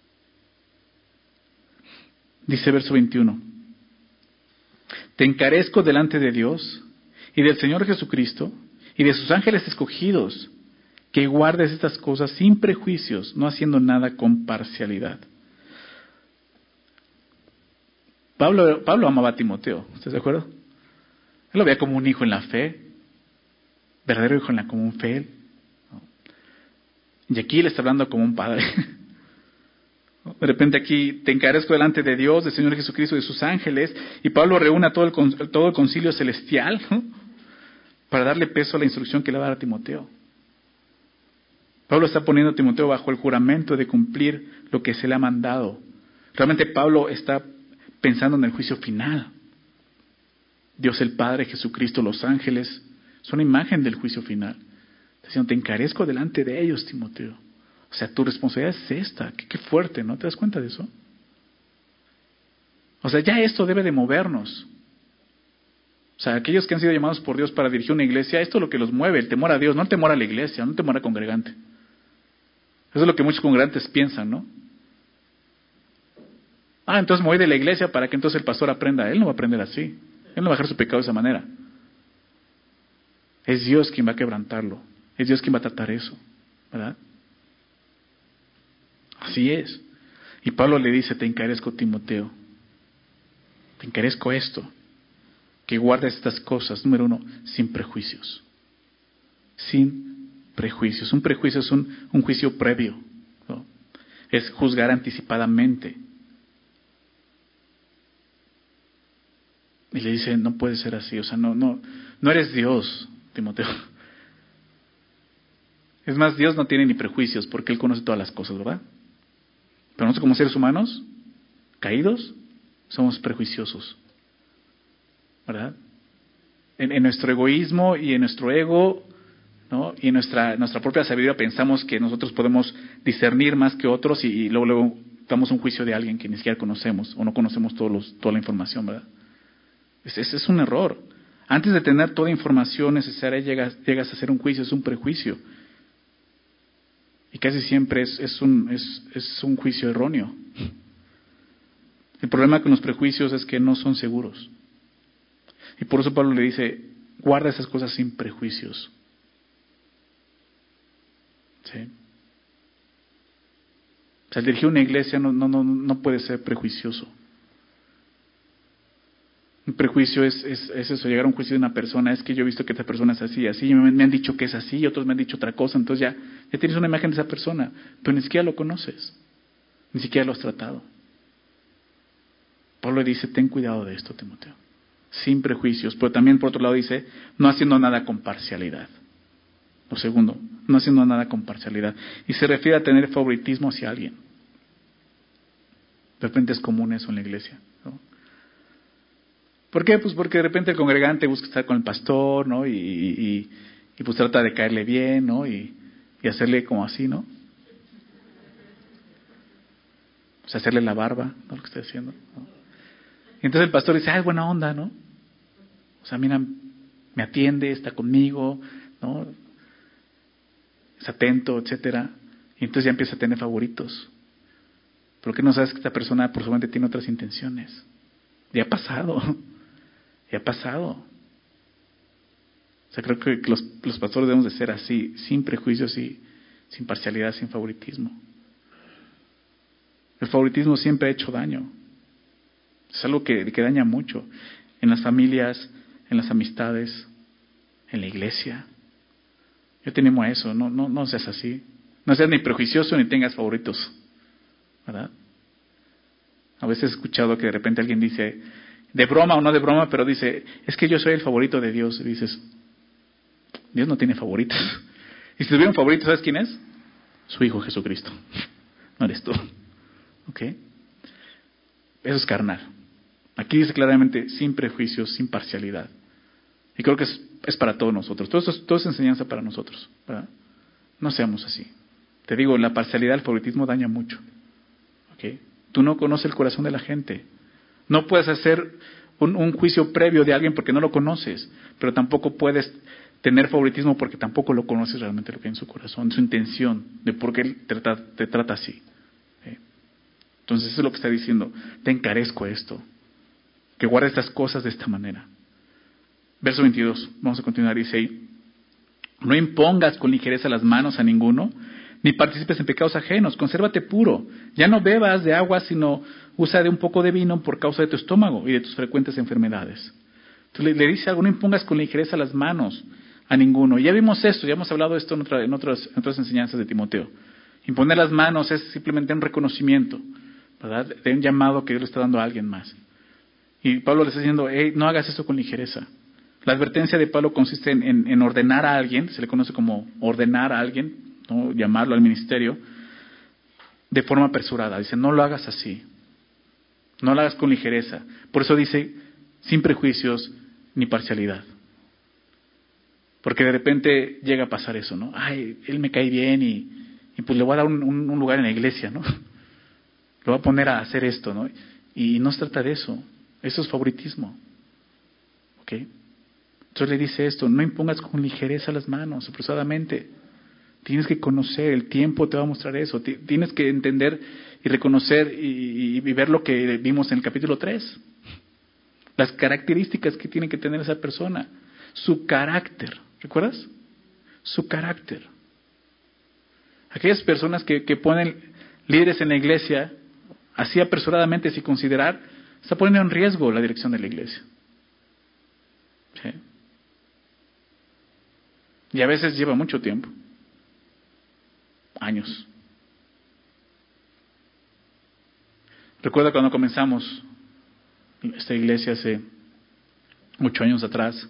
Dice verso 21. Te encarezco delante de Dios y del Señor Jesucristo y de sus ángeles escogidos, que guardes estas cosas sin prejuicios, no haciendo nada con parcialidad. Pablo amaba a Timoteo, ¿estás de acuerdo? Él lo veía como un hijo en la fe, verdadero hijo en la común fe. Y aquí él está hablando como un padre. De repente aquí te encarezco delante de Dios, del Señor Jesucristo, de sus ángeles, y Pablo reúne a todo el concilio celestial, ¿no? Para darle peso a la instrucción que le va a dar a Timoteo. Pablo está poniendo a Timoteo bajo el juramento de cumplir lo que se le ha mandado. Realmente Pablo está pensando en el juicio final. Dios el Padre, Jesucristo, los ángeles, son imagen del juicio final. Está diciendo, te encarezco delante de ellos, Timoteo. O sea, tu responsabilidad es esta. Qué fuerte, ¿no? ¿Te das cuenta de eso? O sea, ya esto debe de movernos. O sea, aquellos que han sido llamados por Dios para dirigir una iglesia, esto es lo que los mueve, el temor a Dios, no el temor a la iglesia, no el temor al congregante. Eso es lo que muchos congregantes piensan, ¿no? Entonces me voy de la iglesia para que entonces el pastor aprenda. Él no va a aprender así. Él no va a dejar su pecado de esa manera. Es Dios quien va a quebrantarlo. Es Dios quien va a tratar eso, ¿verdad? Así es. Y Pablo le dice, te encarezco, Timoteo. Te encarezco esto. Que guardes estas cosas. Número 1, sin prejuicios. Sin prejuicios. Un prejuicio es un juicio previo, ¿no? Es juzgar anticipadamente. Y le dice, no puede ser así. O sea, no eres Dios, Timoteo. Es más, Dios no tiene ni prejuicios porque Él conoce todas las cosas, ¿verdad? Pero nosotros como seres humanos, caídos, somos prejuiciosos, ¿verdad? En nuestro egoísmo y en nuestro ego, ¿no? Y en nuestra propia sabiduría pensamos que nosotros podemos discernir más que otros y luego damos un juicio de alguien que ni siquiera conocemos o no conocemos toda la información, ¿verdad? Ese es un error. Antes de tener toda información necesaria llegas a hacer un juicio, es un prejuicio. Y casi siempre es un juicio erróneo. El problema con los prejuicios es que no son seguros. Y por eso Pablo le dice, guarda esas cosas sin prejuicios. ¿Sí? O sea, dirigir una iglesia no puede ser prejuicioso. Un prejuicio es eso, llegar a un juicio de una persona, es que yo he visto que esta persona es así, así, me han dicho que es así, y otros me han dicho otra cosa, entonces ya tienes una imagen de esa persona, pero ni siquiera lo conoces, ni siquiera lo has tratado. Pablo le dice, ten cuidado de esto, Timoteo, sin prejuicios, pero también por otro lado dice, no haciendo nada con parcialidad. Lo segundo, no haciendo nada con parcialidad. Y se refiere a tener favoritismo hacia alguien. De repente es común eso en la iglesia, ¿no? ¿Por qué? Pues porque de repente el congregante busca estar con el pastor, ¿no? Y pues trata de caerle bien, ¿no? Y hacerle como así, ¿no? O sea, hacerle la barba, ¿no? Lo que estoy haciendo, ¿no? Y entonces el pastor dice, es buena onda, ¿no? O sea, mira, me atiende, está conmigo, ¿no? Es atento, etcétera. Y entonces ya empieza a tener favoritos. ¿Por qué no sabes que esta persona probablemente tiene otras intenciones? Ya ha pasado. Ya ha pasado. O sea, creo que los pastores debemos de ser así, sin prejuicios y sin parcialidad, sin favoritismo. El favoritismo siempre ha hecho daño. Es algo que daña mucho. En las familias, en las amistades, en la iglesia. Yo te animo a eso, no seas así. No seas ni prejuicioso ni tengas favoritos, ¿verdad? A veces he escuchado que de repente alguien dice, de broma o no de broma, pero dice, es que yo soy el favorito de Dios. Y dices, Dios no tiene favoritos. Y si tuviera un favorito, ¿sabes quién es? Su Hijo Jesucristo. No eres tú. ¿Ok? Eso es carnal. Aquí dice claramente, sin prejuicios, sin parcialidad. Y creo que es para todos nosotros. Todo es enseñanza para nosotros, ¿verdad? No seamos así. Te digo, la parcialidad, el favoritismo daña mucho. ¿Ok? Tú no conoces el corazón de la gente. No puedes hacer un juicio previo de alguien porque no lo conoces, pero tampoco puedes tener favoritismo porque tampoco lo conoces realmente lo que hay en su corazón, su intención, de por qué él te trata así. Entonces eso es lo que está diciendo, te encarezco esto, que guarde estas cosas de esta manera. Verso 22, vamos a continuar, dice ahí, no impongas con ligereza las manos a ninguno, ni participes en pecados ajenos, consérvate puro, ya no bebas de agua, sino usa de un poco de vino por causa de tu estómago y de tus frecuentes enfermedades. Entonces le dice algo, no impongas con ligereza las manos a ninguno. Y ya vimos esto, ya hemos hablado de esto en otras enseñanzas de Timoteo. Imponer las manos es simplemente un reconocimiento, ¿verdad? De un llamado que Dios le está dando a alguien más. Y Pablo le está diciendo, no hagas eso con ligereza. La advertencia de Pablo consiste en ordenar a alguien, se le conoce como ordenar a alguien, ¿no? Llamarlo al ministerio de forma apresurada. Dice, no lo hagas así. No lo hagas con ligereza. Por eso dice, sin prejuicios ni parcialidad. Porque de repente llega a pasar eso, ¿no? Ay, él me cae bien y pues le voy a dar un lugar en la iglesia, ¿no? Lo voy a poner a hacer esto, ¿no? Y no se trata de eso. Eso es favoritismo. ¿Ok? Entonces le dice esto, no impongas con ligereza las manos, apresuradamente. Tienes que conocer, el tiempo te va a mostrar eso. Tienes que entender y reconocer y ver lo que vimos en el capítulo 3. Las características que tiene que tener esa persona. Su carácter. ¿Recuerdas? Su carácter. Aquellas personas que ponen líderes en la iglesia, así apresuradamente sin considerar, está poniendo en riesgo la dirección de la iglesia. ¿Sí? Y a veces lleva mucho tiempo. Años. Recuerdo cuando comenzamos esta iglesia hace 8 años atrás.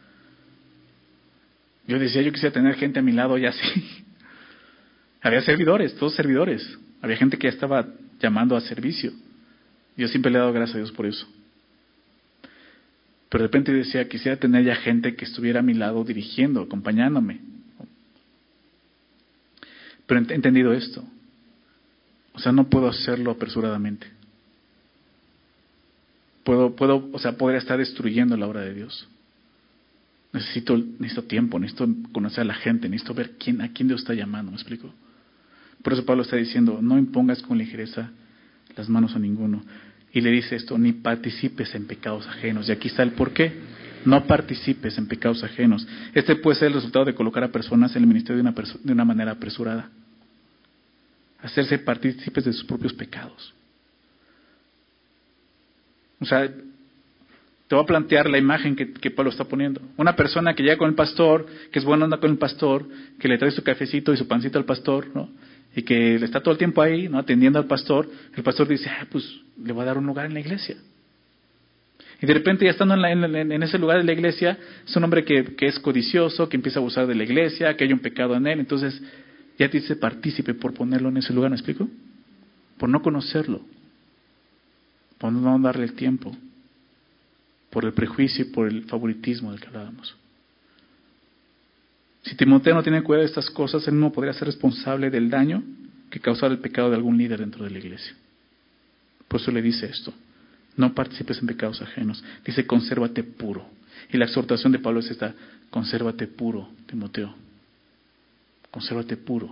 Yo decía, yo quisiera tener gente a mi lado ya así. Había servidores, todos servidores. Había gente que ya estaba llamando a servicio. Yo siempre le he dado gracias a Dios por eso. Pero de repente decía, quisiera tener ya gente que estuviera a mi lado dirigiendo, acompañándome. Pero he entendido esto. O sea, no puedo hacerlo apresuradamente. Podría estar destruyendo la obra de Dios. Necesito tiempo, necesito conocer a la gente, necesito ver a quién Dios está llamando, ¿me explico? Por eso Pablo está diciendo, no impongas con ligereza las manos a ninguno. Y le dice esto, ni participes en pecados ajenos. Y aquí está el porqué. No participes en pecados ajenos. Este puede ser el resultado de colocar a personas en el ministerio de una manera apresurada. Hacerse partícipes de sus propios pecados. O sea, te voy a plantear la imagen que Pablo está poniendo. Una persona que llega con el pastor, que es buena onda con el pastor, que le trae su cafecito y su pancito al pastor, ¿no? Y que está todo el tiempo ahí, ¿no? Atendiendo al pastor. El pastor dice, pues le voy a dar un lugar en la iglesia. Y de repente ya estando en ese lugar de la iglesia, es un hombre que es codicioso, que empieza a abusar de la iglesia, que hay un pecado en él. Entonces ya te dice partícipe por ponerlo en ese lugar, ¿me explico? Por no conocerlo. Por no darle el tiempo. Por el prejuicio y por el favoritismo del que hablábamos. Si Timoteo no tiene cuidado de estas cosas, él no podría ser responsable del daño que causara el pecado de algún líder dentro de la iglesia. Por eso le dice esto, no participes en pecados ajenos. Dice, consérvate puro. Y la exhortación de Pablo es esta, consérvate puro, Timoteo. Consérvate puro.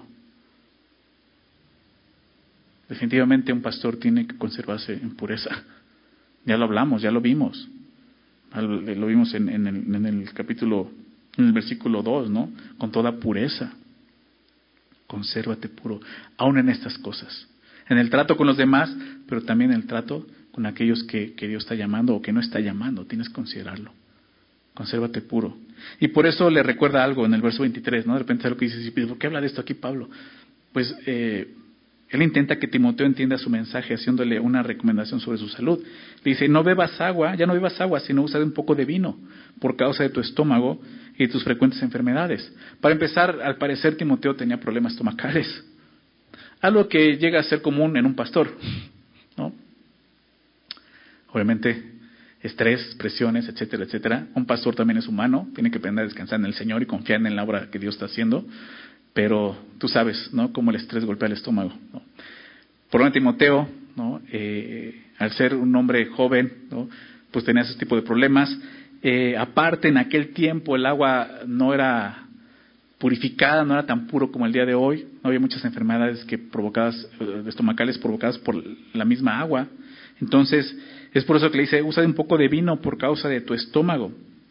Definitivamente un pastor tiene que conservarse en pureza. Ya lo hablamos, ya lo vimos. Lo vimos en el capítulo, en el versículo 2, ¿no? Con toda pureza. Consérvate puro, aún en estas cosas. En el trato con los demás, pero también en el trato con aquellos que Dios está llamando o que no está llamando. Tienes que considerarlo. Consérvate puro. Y por eso le recuerda algo en el verso 23, ¿no? De repente es lo que dice, ¿por qué habla de esto aquí Pablo? Pues él intenta que Timoteo entienda su mensaje haciéndole una recomendación sobre su salud. Le dice, no bebas agua, ya no bebas agua, sino usa un poco de vino por causa de tu estómago y de tus frecuentes enfermedades. Para empezar, al parecer Timoteo tenía problemas estomacales. Algo que llega a ser común en un pastor, ¿no? Obviamente, estrés, presiones, etcétera, etcétera. Un pastor también es humano, tiene que aprender a descansar en el Señor y confiar en la obra que Dios está haciendo. Pero tú sabes, ¿no? Cómo el estrés golpea el estómago, ¿no? Por lo menos Timoteo, ¿no? Al ser un hombre joven, ¿no? Pues tenía ese tipo de problemas. Aparte, en aquel tiempo el agua no era purificada, no era tan puro como el día de hoy. No había muchas enfermedades estomacales provocadas por la misma agua. Entonces, es por eso que le dice, usa un poco de vino por causa de tu estómago.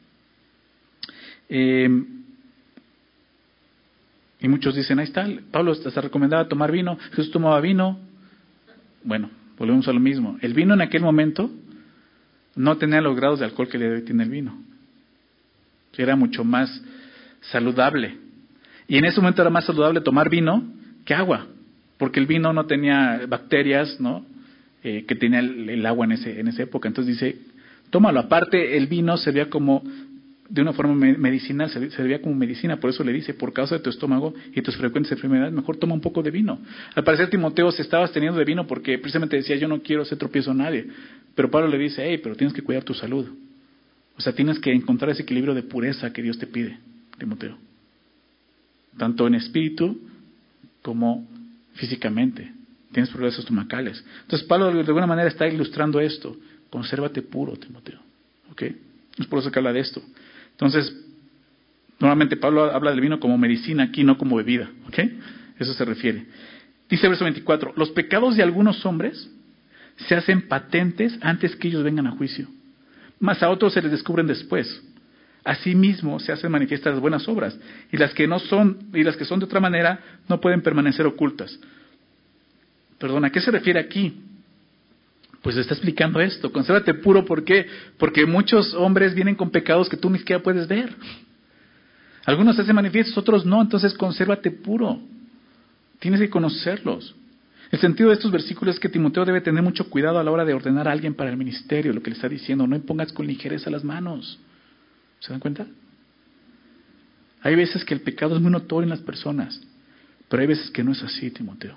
Y muchos dicen, ahí está, Pablo está recomendaba tomar vino, Jesús tomaba vino. Bueno, volvemos a lo mismo. El vino en aquel momento no tenía los grados de alcohol que le tiene el vino. Era mucho más saludable. Y en ese momento era más saludable tomar vino que agua, porque el vino no tenía bacterias, ¿no? Que tenía el agua en esa época. Entonces dice, tómalo. Aparte, el vino servía como de una forma medicinal, servía como medicina. Por eso le dice, por causa de tu estómago y tus frecuentes enfermedades, mejor toma un poco de vino. Al parecer Timoteo se estaba absteniendo de vino porque precisamente decía, yo no quiero hacer tropiezo a nadie. Pero Pablo le dice, hey, pero tienes que cuidar tu salud. O sea, tienes que encontrar ese equilibrio de pureza que Dios te pide, Timoteo. Tanto en espíritu como físicamente. Tienes problemas estomacales. Entonces Pablo de alguna manera está ilustrando esto. Consérvate puro, Timoteo. ¿Ok? Es por eso que habla de esto. Entonces, normalmente Pablo habla del vino como medicina aquí, no como bebida. ¿Ok? Eso se refiere. Dice el verso 24, los pecados de algunos hombres se hacen patentes antes que ellos vengan a juicio, mas a otros se les descubren después. Asimismo se hacen manifiestas las buenas obras, y las que no son, y las que son de otra manera, no pueden permanecer ocultas. Perdón, ¿a qué se refiere aquí? Pues está explicando esto, consérvate puro, ¿por qué? Porque muchos hombres vienen con pecados que tú ni siquiera puedes ver. Algunos se hacen manifiestos, otros no, entonces consérvate puro. Tienes que conocerlos. El sentido de estos versículos es que Timoteo debe tener mucho cuidado a la hora de ordenar a alguien para el ministerio, lo que le está diciendo, no impongas con ligereza las manos. ¿Se dan cuenta? Hay veces que el pecado es muy notorio en las personas, pero hay veces que no es así, Timoteo.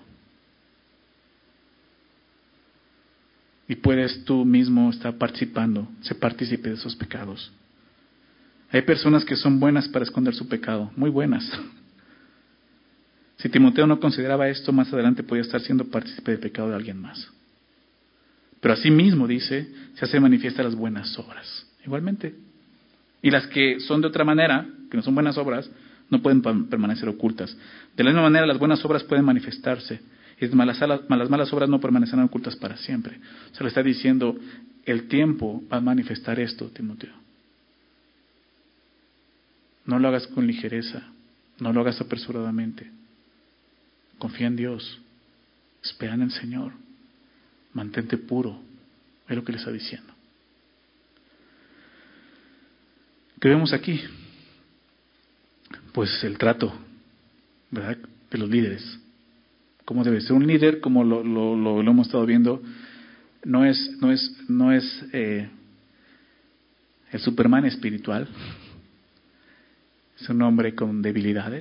Y puedes tú mismo estar participando, ser partícipe de esos pecados. Hay personas que son buenas para esconder su pecado, muy buenas. Si Timoteo no consideraba esto, más adelante podía estar siendo partícipe del pecado de alguien más. Pero así mismo, dice, se hace manifiesta las buenas obras. Igualmente. Y las que son de otra manera, que no son buenas obras, no pueden permanecer ocultas. De la misma manera, las buenas obras pueden manifestarse. Y las malas obras no permanecerán ocultas para siempre. Se le está diciendo, el tiempo va a manifestar esto, Timoteo. No lo hagas con ligereza, no lo hagas apresuradamente. Confía en Dios, espera en el Señor, mantente puro, es lo que le está diciendo. ¿Qué vemos aquí? Pues el trato, ¿verdad?, de los líderes. ¿Cómo debe ser? Un líder, como lo hemos estado viendo, no es el Superman espiritual. Es un hombre con debilidades.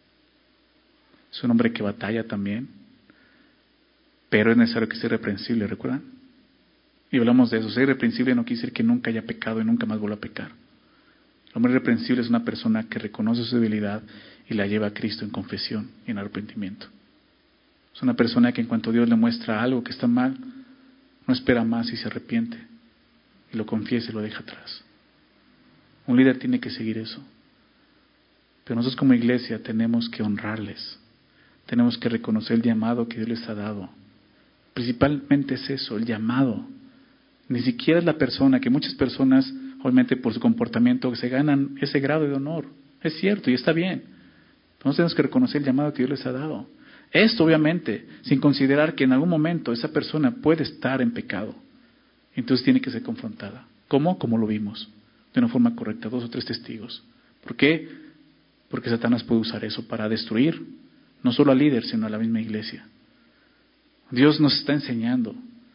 Es un hombre que batalla también. Pero es necesario que sea irreprensible, ¿recuerdan? Y hablamos de eso. Ser irreprensible no quiere decir que nunca haya pecado y nunca más vuelva a pecar. El hombre irreprensible es una persona que reconoce su debilidad y la lleva a Cristo en confesión y en arrepentimiento. Es una persona que en cuanto Dios le muestra algo que está mal, no espera más y se arrepiente. Y lo confiesa y lo deja atrás. Un líder tiene que seguir eso. Pero nosotros como iglesia tenemos que honrarles. Tenemos que reconocer el llamado que Dios les ha dado. Principalmente es eso, el llamado. Ni siquiera es la persona, que muchas personas, obviamente por su comportamiento, se ganan ese grado de honor. Es cierto y está bien. Entonces tenemos que reconocer el llamado que Dios les ha dado. Esto obviamente, sin considerar que en algún momento esa persona puede estar en pecado. Entonces tiene que ser confrontada. ¿Cómo? Como lo vimos. De una forma correcta, 2 o 3 testigos. ¿Por qué? Porque Satanás puede usar eso para destruir, no solo al líder, sino a la misma iglesia. Dios nos está enseñando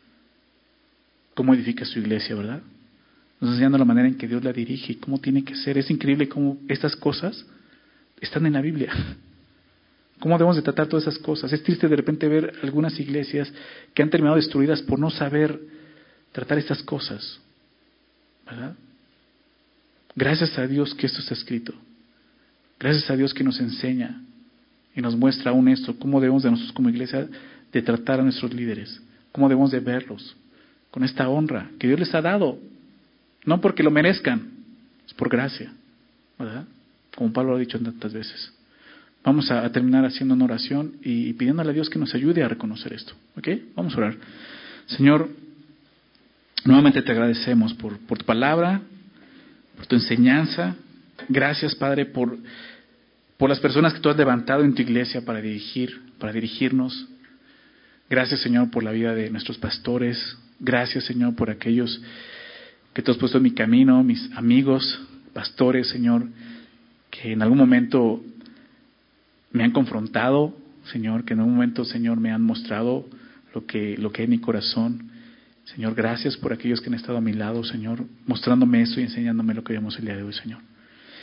cómo edifica su iglesia, ¿verdad? Nos está enseñando la manera en que Dios la dirige y cómo tiene que ser. Es increíble cómo estas cosas están en la Biblia. ¿Cómo debemos de tratar todas esas cosas? Es triste de repente ver algunas iglesias que han terminado destruidas por no saber tratar estas cosas, ¿verdad? Gracias a Dios que esto está escrito. Gracias a Dios que nos enseña y nos muestra aún esto, cómo debemos de nosotros como iglesia de tratar a nuestros líderes, cómo debemos de verlos con esta honra que Dios les ha dado, no porque lo merezcan, es por gracia, ¿verdad? Como Pablo lo ha dicho tantas veces. Vamos a terminar haciendo una oración y pidiéndole a Dios que nos ayude a reconocer esto, ¿ok? Vamos a orar. Señor, nuevamente te agradecemos por tu palabra, por tu enseñanza. Gracias, Padre, por las personas que tú has levantado en tu iglesia para dirigirnos. Gracias, Señor, por la vida de nuestros pastores. Gracias, Señor, por aquellos que tú has puesto en mi camino, mis amigos, pastores, Señor, que en algún momento me han confrontado, Señor, que en algún momento, Señor, me han mostrado lo que hay en mi corazón. Señor, gracias por aquellos que han estado a mi lado, Señor, mostrándome eso y enseñándome lo que vemos el día de hoy, Señor.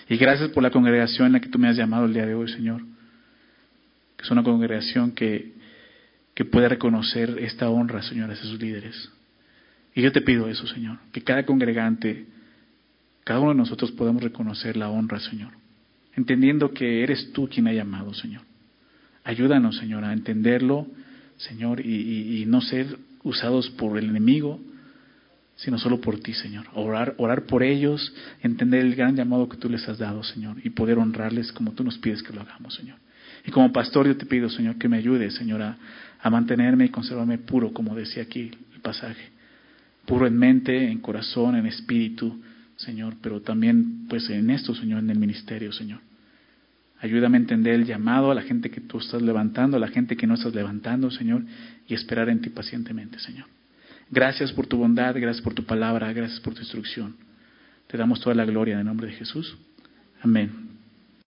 Y gracias por la congregación en la que tú me has llamado el día de hoy, Señor. Que es una congregación que puede reconocer esta honra, Señor, hacia sus líderes. Y yo te pido eso, Señor, que cada congregante, cada uno de nosotros podamos reconocer la honra, Señor, entendiendo que eres tú quien ha llamado, Señor. Ayúdanos, Señor, a entenderlo, Señor, y no ser usados por el enemigo, sino solo por ti, Señor. Orar por ellos, entender el gran llamado que tú les has dado, Señor, y poder honrarles como tú nos pides que lo hagamos, Señor. Y como pastor yo te pido, Señor, que me ayudes, Señor, a mantenerme y conservarme puro, como decía aquí el pasaje. Puro en mente, en corazón, en espíritu, Señor, pero también, pues, en esto, Señor, en el ministerio, Señor. Ayúdame a entender el llamado a la gente que tú estás levantando, a la gente que no estás levantando, Señor, y esperar en ti pacientemente, Señor. Gracias por tu bondad, gracias por tu palabra, gracias por tu instrucción. Te damos toda la gloria en el nombre de Jesús. Amén.